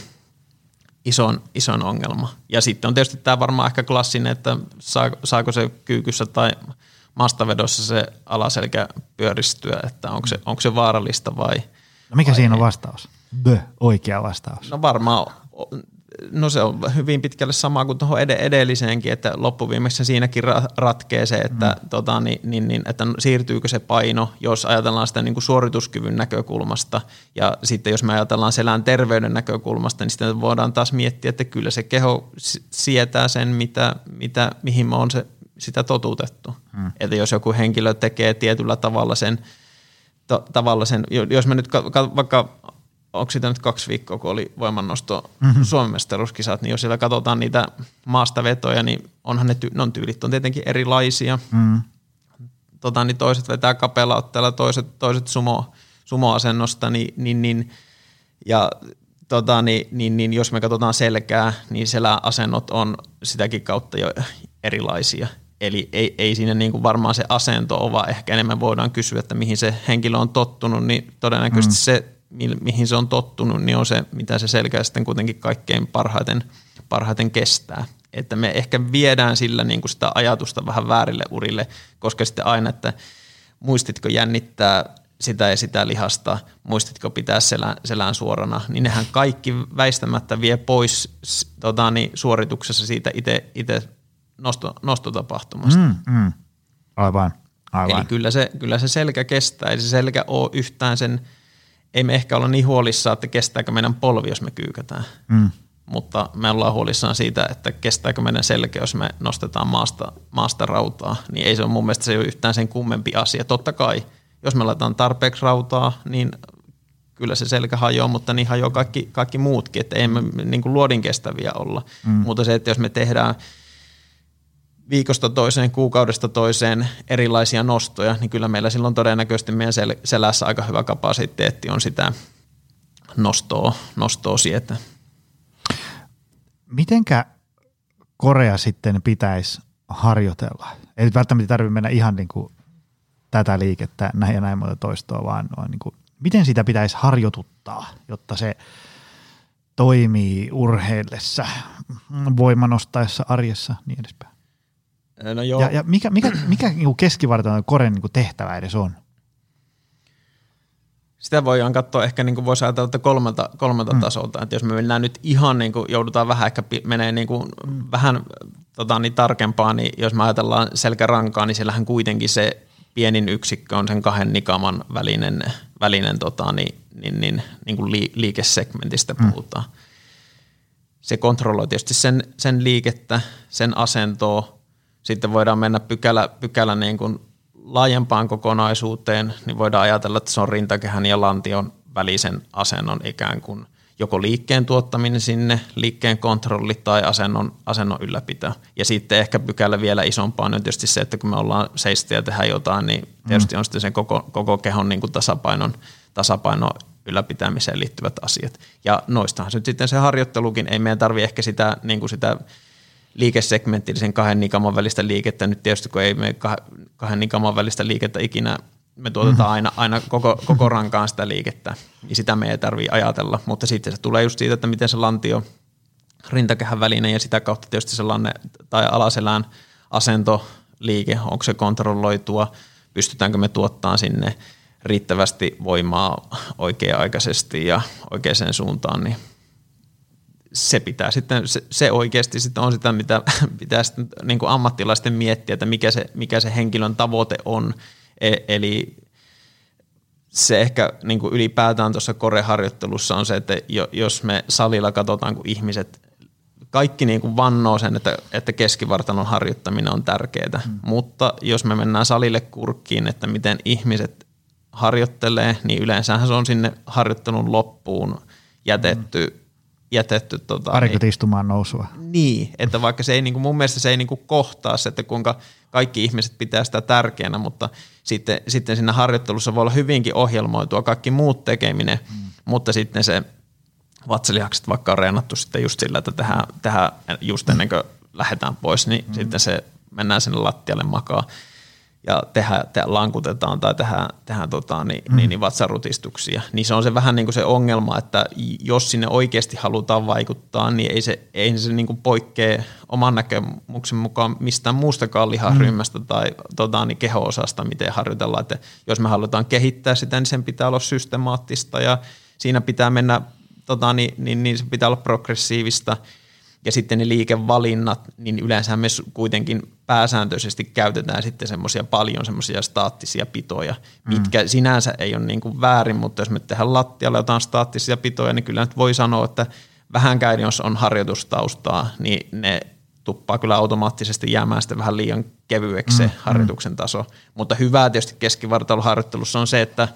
Speaker 3: isoin ongelma. Ja sitten on tietysti tämä varmaan ehkä klassinen, että saako se kyykyssä tai maastavedossa se alaselkä pyöristyä, että onko se vaarallista vai...
Speaker 2: No mikä siinä on vastaus? Oikea vastaus.
Speaker 3: No varmaan, no se on hyvin pitkälle sama kuin tuohon edelliseenkin, että loppuviimeksi siinäkin ratkee se, että, että siirtyykö se paino, jos ajatellaan sitä niin kuin suorituskyvyn näkökulmasta ja sitten jos me ajatellaan selän terveyden näkökulmasta, niin sitten voidaan taas miettiä, että kyllä se keho sietää sen, mihin me on sitä totutettu. Että jos joku henkilö tekee tietyllä tavalla sen jos me nyt vaikka onko sitä nyt 2 viikkoa, kun oli voimannosto Suomen mestaruuskisat, niin jos siellä katsotaan niitä maastavetoja, niin onhan ne on tyylit on tietenkin erilaisia. Niin toiset vetää kapealla otteella, toiset sumo-asennosta, niin jos me katsotaan selkää, niin seläasennot on sitäkin kautta jo erilaisia. Eli ei siinä niin kuin varmaan se asento ole, vaan ehkä enemmän voidaan kysyä, että mihin se henkilö on tottunut, niin todennäköisesti se mihin se on tottunut, niin on se, mitä se selkä sitten kuitenkin kaikkein parhaiten kestää. Että me ehkä viedään sillä niin kuin sitä ajatusta vähän väärille urille, koska sitten aina, että muistitko jännittää sitä ja sitä lihasta, muistitko pitää selän suorana, niin nehän kaikki väistämättä vie pois suorituksessa siitä itse nostotapahtumasta.
Speaker 2: Aivan.
Speaker 3: Eli kyllä se selkä kestää, ei se selkä ole yhtään sen. Ei me ehkä olla niin huolissaan, että kestääkö meidän polvi, jos me kyykätään. Mutta me ollaan huolissaan siitä, että kestääkö meidän selkä, jos me nostetaan maasta rautaa. Niin ei se ole mun mielestä se ei ole yhtään sen kummempi asia. Totta kai, jos me laitetaan tarpeeksi rautaa, niin kyllä se selkä hajoaa, mutta niin hajoaa kaikki muutkin. Että ei me niin kuin luodin kestäviä olla. Mutta se, että jos me tehdään viikosta toiseen, kuukaudesta toiseen erilaisia nostoja, niin kyllä meillä silloin todennäköisesti meidän selässä aika hyvä kapasiteetti on sitä nostoa sietää.
Speaker 2: Mitenkä korea sitten pitäisi harjoitella? Ei välttämättä tarvitse mennä ihan niin kuin tätä liikettä näin ja näin monta toistoa, vaan niin kuin, miten sitä pitäisi harjoituttaa, jotta se toimii urheillessa, voimanostaessa, arjessa niin edespäin?
Speaker 3: No joo.
Speaker 2: Ja mikä niin keskivartalon koren niin tehtävä edes on?
Speaker 3: Sitä voidaan katsoa ehkä, niin kuin voisi ajatella, että kolmelta tasolta. Että jos me mennään nyt ihan, niin kuin joudutaan vähän ehkä menee niin kuin vähän tarkempaa, niin jos me ajatellaan selkärankaa, niin siellähän kuitenkin se pienin yksikkö on sen 2 nikaman välinen niin kuin liikesegmentistä puhutaan. Se kontrolloi tietysti sen liikettä, sen asentoa. Sitten voidaan mennä pykälä niin kuin laajempaan kokonaisuuteen, niin voidaan ajatella, että se on rintakehän ja lantion välisen asennon ikään kuin joko liikkeen tuottaminen sinne, liikkeen kontrolli tai asennon ylläpito. Ja sitten ehkä pykälä vielä isompaa on tietysti se, että kun me ollaan seistä ja tehdään jotain, niin tietysti on sitten sen koko kehon niin kuin tasapaino ylläpitämiseen liittyvät asiat. Ja noistahan se nyt sitten se harjoittelukin, ei meidän tarvitse ehkä sitä, niin kuin sitä liikesegmenttillisen 2 nikaman välistä liikettä, nyt tietysti kun ei me 2 nikaman välistä liikettä ikinä, me tuotetaan aina koko rankaan sitä liikettä, niin sitä me ei tarvitse ajatella, mutta sitten se tulee just siitä, että miten se lantio, rintakehän välinen ja sitä kautta tietysti se lanne tai alaselän asentoliike, onko se kontrolloitua, pystytäänkö me tuottamaan sinne riittävästi voimaa oikea-aikaisesti ja oikeaan suuntaan, niin se pitää sitten, se oikeasti sitten on sitä, mitä pitää sitten niin kuin ammattilaisten miettiä, että mikä se henkilön tavoite on. Eli se ehkä niin kuin ylipäätään tuossa koreharjoittelussa on se, että jos me salilla katsotaan, kun ihmiset, kaikki niin kuin vannoo sen, että keskivartalon harjoittaminen on tärkeää, mutta jos me mennään salille kurkkiin, että miten ihmiset harjoittelee, niin yleensähän se on sinne harjoittelun loppuun jätetty
Speaker 2: parikymmentä istumaan nousua.
Speaker 3: Niin, että vaikka se ei niinku, mun mielestä se ei niinku kohtaa se, että kuinka kaikki ihmiset pitää sitä tärkeänä, mutta sitten siinä harjoittelussa voi olla hyvinkin ohjelmoitua kaikki muut tekeminen, mutta sitten se vatsalihakset vaikka on reenattu sitten just sillä, että tehdään just ennen kuin lähdetään pois, niin sitten se mennään sinne lattialle makaa ja lankutetaan tai tehdään niin vatsarutistuksia. Niin se on se vähän niin kuin se ongelma, että jos sinne oikeasti halutaan vaikuttaa, niin ei se niin kuin poikkea oman näkemyksen mukaan mistään muustakaan lihasryhmästä tai niin keho-osasta, miten harjoitellaan. Että jos me halutaan kehittää sitä, niin sen pitää olla systemaattista ja siinä pitää mennä, niin se pitää olla progressiivista. Ja sitten ne liikevalinnat, niin yleensä me kuitenkin pääsääntöisesti käytetään sitten paljon semmoisia staattisia pitoja, mitkä sinänsä ei ole niin kuin väärin, mutta jos me tehdään lattialle jotain staattisia pitoja, niin kyllä nyt voi sanoa, että vähänkään jos on harjoitustaustaa, niin ne tuppaa kyllä automaattisesti jäämään sitten vähän liian kevyeksi se harjoituksen taso. Mutta hyvää tietysti keskivartaloharjoittelussa on se, että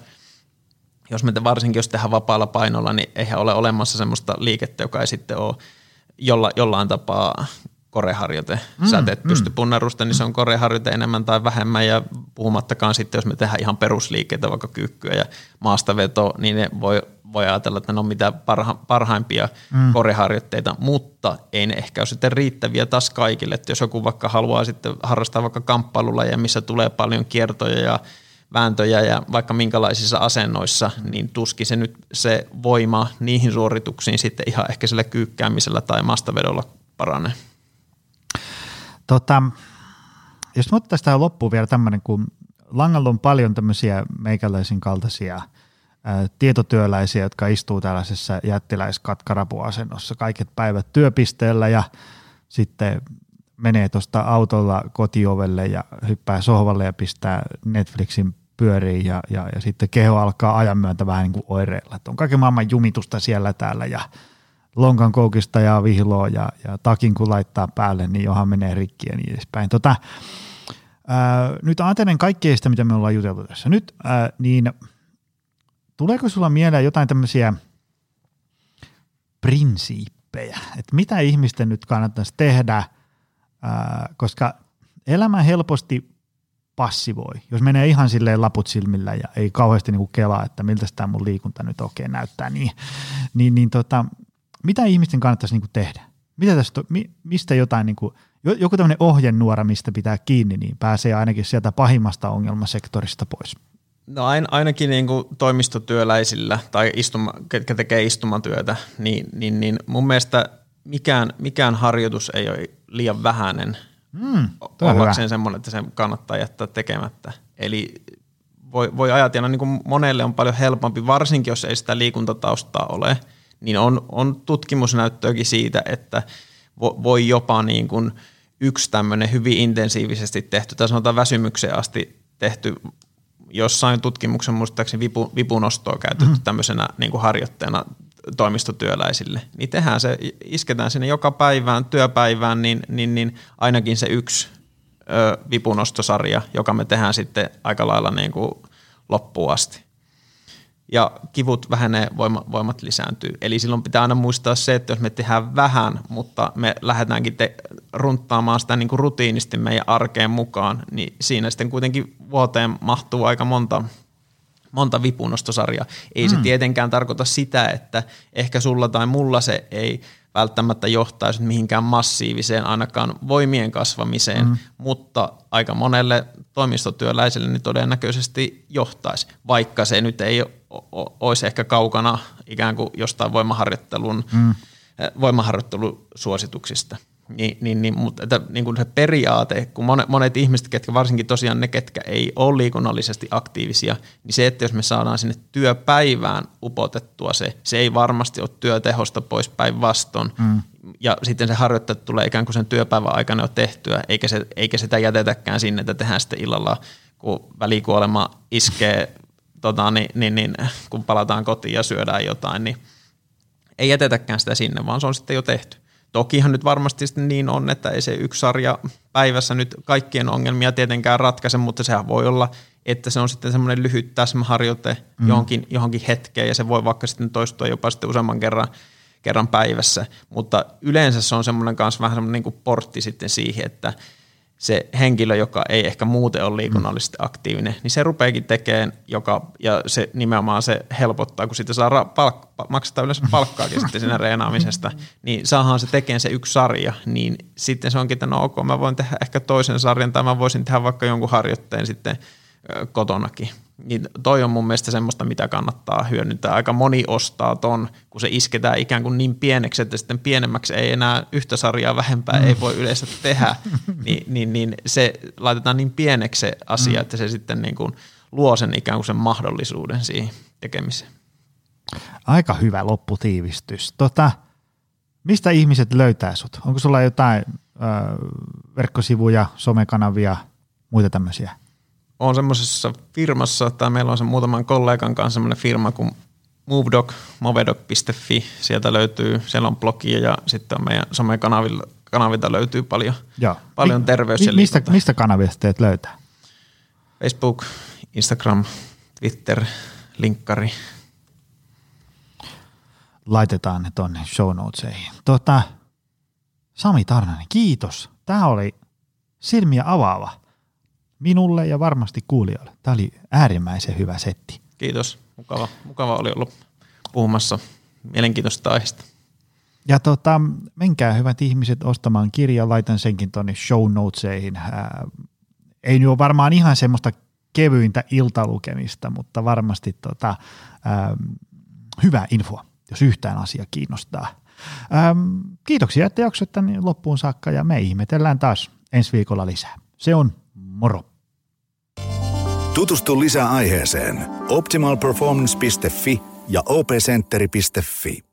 Speaker 3: varsinkin jos tehdään vapaalla painolla, niin eihän ole olemassa semmoista liikettä, joka ei sitten ole jollain tapaa koreharjoite. Sä teet pystypunnerusta, niin se on koreharjoite enemmän tai vähemmän ja puhumattakaan sitten, jos me tehdään ihan perusliikkeitä, vaikka kyykkyä ja maastaveto, niin ne voi ajatella, että ne on mitä parhaimpia koreharjoitteita, mutta ei ne ehkä ole sitten riittäviä taas kaikille. Että jos joku vaikka haluaa sitten harrastaa vaikka kamppailulajeja, missä tulee paljon kiertoja ja vääntöjä ja vaikka minkälaisissa asennoissa, niin tuskin se voima niihin suorituksiin sitten ihan ehkä sillä kyykkäämisellä tai maastavedolla paranee.
Speaker 2: Jos me ottaisiin tähän loppuun vielä tämmöinen, kun Langalla on paljon tämmöisiä meikäläisin kaltaisia tietotyöläisiä, jotka istuu tällaisessa jättiläiskatkarapuasennossa kaiket päivät työpisteellä ja sitten menee tuosta autolla kotiovelle ja hyppää sohvalle ja pistää Netflixin pyöriin ja sitten keho alkaa ajan myötä vähän niin kuin oireilla. Että on kaiken maailman jumitusta siellä täällä ja lonkan koukista ja vihloa ja takin kun laittaa päälle, niin johan menee rikki ja niin edespäin. Nyt ajattelen kaikkea sitä, mitä me ollaan juteltu tässä nyt, niin tuleeko sulla mieleen jotain tämmöisiä prinsiippejä, että mitä ihmisten nyt kannattaisi tehdä, koska elämä helposti passivoi, jos menee ihan silleen laput silmillä ja ei kauheasti niinku kelaa, että miltä tämä mun liikunta nyt oikein näyttää, niin mitä ihmisten kannattaisi niinku tehdä? Mitä tästä, mistä jotain, niinku, joku tämmöinen ohjenuora, mistä pitää kiinni, niin pääsee ainakin sieltä pahimmasta ongelmasektorista pois?
Speaker 3: No ainakin niin kuin toimistotyöläisillä tai ketkä tekee istumatyötä, niin mun mielestä mikään harjoitus ei ole liian vähäinen ollakseen semmoinen, että sen kannattaa jättää tekemättä. Eli voi ajatella, niin kuin monelle on paljon helpompi, varsinkin jos ei sitä liikuntataustaa ole, niin on tutkimusnäyttöäkin siitä, että voi jopa niin kuin yksi tämmöinen hyvin intensiivisesti tehty, tai sanotaan väsymykseen asti tehty, jossain tutkimuksen muistaakseni vipunostoa käytetty tämmöisenä niin kuin harjoitteena toimistotyöläisille, niin isketään sinne joka päivään, työpäivään, niin ainakin se yksi vipunostosarja, joka me tehdään sitten aika lailla niin kuin loppuun asti. Ja kivut vähenee, voimat lisääntyy. Eli silloin pitää aina muistaa se, että jos me tehdään vähän, mutta me lähdetäänkin runttaamaan sitä niin kuin rutiinisti meidän arkeen mukaan, niin siinä sitten kuitenkin vuoteen mahtuu aika monta vipunostosarjaa. Ei se tietenkään tarkoita sitä, että ehkä sulla tai mulla se ei välttämättä johtaisi mihinkään massiiviseen, ainakaan voimien kasvamiseen, mutta aika monelle toimistotyöläiselle niin todennäköisesti johtaisi, vaikka se nyt ei olisi ehkä kaukana ikään kuin jostain voimaharjoittelusuosituksista. Mutta niin kuin se periaate, kun monet ihmiset, ketkä varsinkin tosiaan ne, ketkä ei ole liikunnallisesti aktiivisia, niin se, että jos me saadaan sinne työpäivään upotettua se ei varmasti ole työtehosta pois päinvastoin. Ja sitten se harjoittelu tulee ikään kuin sen työpäivän aikana jo tehtyä, eikä sitä jätetäkään sinne, että tehdään sitten illalla, kun välikuolema iskee, kun palataan kotiin ja syödään jotain, niin ei jätetäkään sitä sinne, vaan se on sitten jo tehty. Tokihan nyt varmasti sitten niin on, että ei se yksi sarja päivässä nyt kaikkien ongelmia tietenkään ratkaise, mutta sehän voi olla, että se on sitten semmoinen lyhyt täsmäharjoite johonkin hetkeen ja se voi vaikka sitten toistua jopa sitten useamman kerran päivässä, mutta yleensä se on semmoinen kanssa vähän semmoinen niin kuin portti sitten siihen, että se henkilö, joka ei ehkä muuten ole liikunnallisesti aktiivinen, niin se rupeakin tekemään, ja se nimenomaan se helpottaa, kun sitten saa maksetaan yleensä palkkaakin sitten siinä reenaamisesta, niin saahan se tekemään se yksi sarja, niin sitten se onkin, että no ok, mä voin tehdä ehkä toisen sarjan, tai mä voisin tehdä vaikka jonkun harjoitteen sitten kotonakin. Niin toi on mun mielestä semmoista, mitä kannattaa hyödyntää. Aika moni ostaa ton, kun se isketään ikään kuin niin pieneksi, että sitten pienemmäksi ei enää yhtä sarjaa vähempää ei voi yleensä tehdä, niin se laitetaan niin pieneksi se asia, että se sitten niin kuin luo sen ikään kuin sen mahdollisuuden siihen tekemiseen.
Speaker 2: Aika hyvä lopputiivistys. Mistä ihmiset löytää sut? Onko sulla jotain verkkosivuja, somekanavia, muita tämmöisiä?
Speaker 3: Olen semmoisessa firmassa, tai meillä on sen muutaman kollegan kanssa semmoinen firma kuin Movedog, movedog.fi. Siellä on blogia ja sitten on meidän somekanavilta löytyy paljon terveys- ja liikuntaa.
Speaker 2: Mistä kanavista teet löytää?
Speaker 3: Facebook, Instagram, Twitter, linkkari.
Speaker 2: Laitetaan ne tonne show notesihin. Sami Tarnanen, kiitos. Tämä oli silmiä avaava. Minulle ja varmasti kuulijoille. Tämä oli äärimmäisen hyvä setti.
Speaker 3: Kiitos. Mukava oli olla puhumassa mielenkiintoista aiheesta.
Speaker 2: Ja menkää hyvät ihmiset ostamaan kirja. Laitan senkin tuonne show notesihin. Ei nyt ole varmaan ihan semmoista kevyintä iltalukemista, mutta varmasti hyvää infoa, jos yhtään asia kiinnostaa. Kiitoksia, että jaksoit tänne loppuun saakka ja me ihmetellään taas ensi viikolla lisää. Se on moro.
Speaker 1: Tutustu lisää aiheeseen optimalperformance.fi ja opcenteri.fi.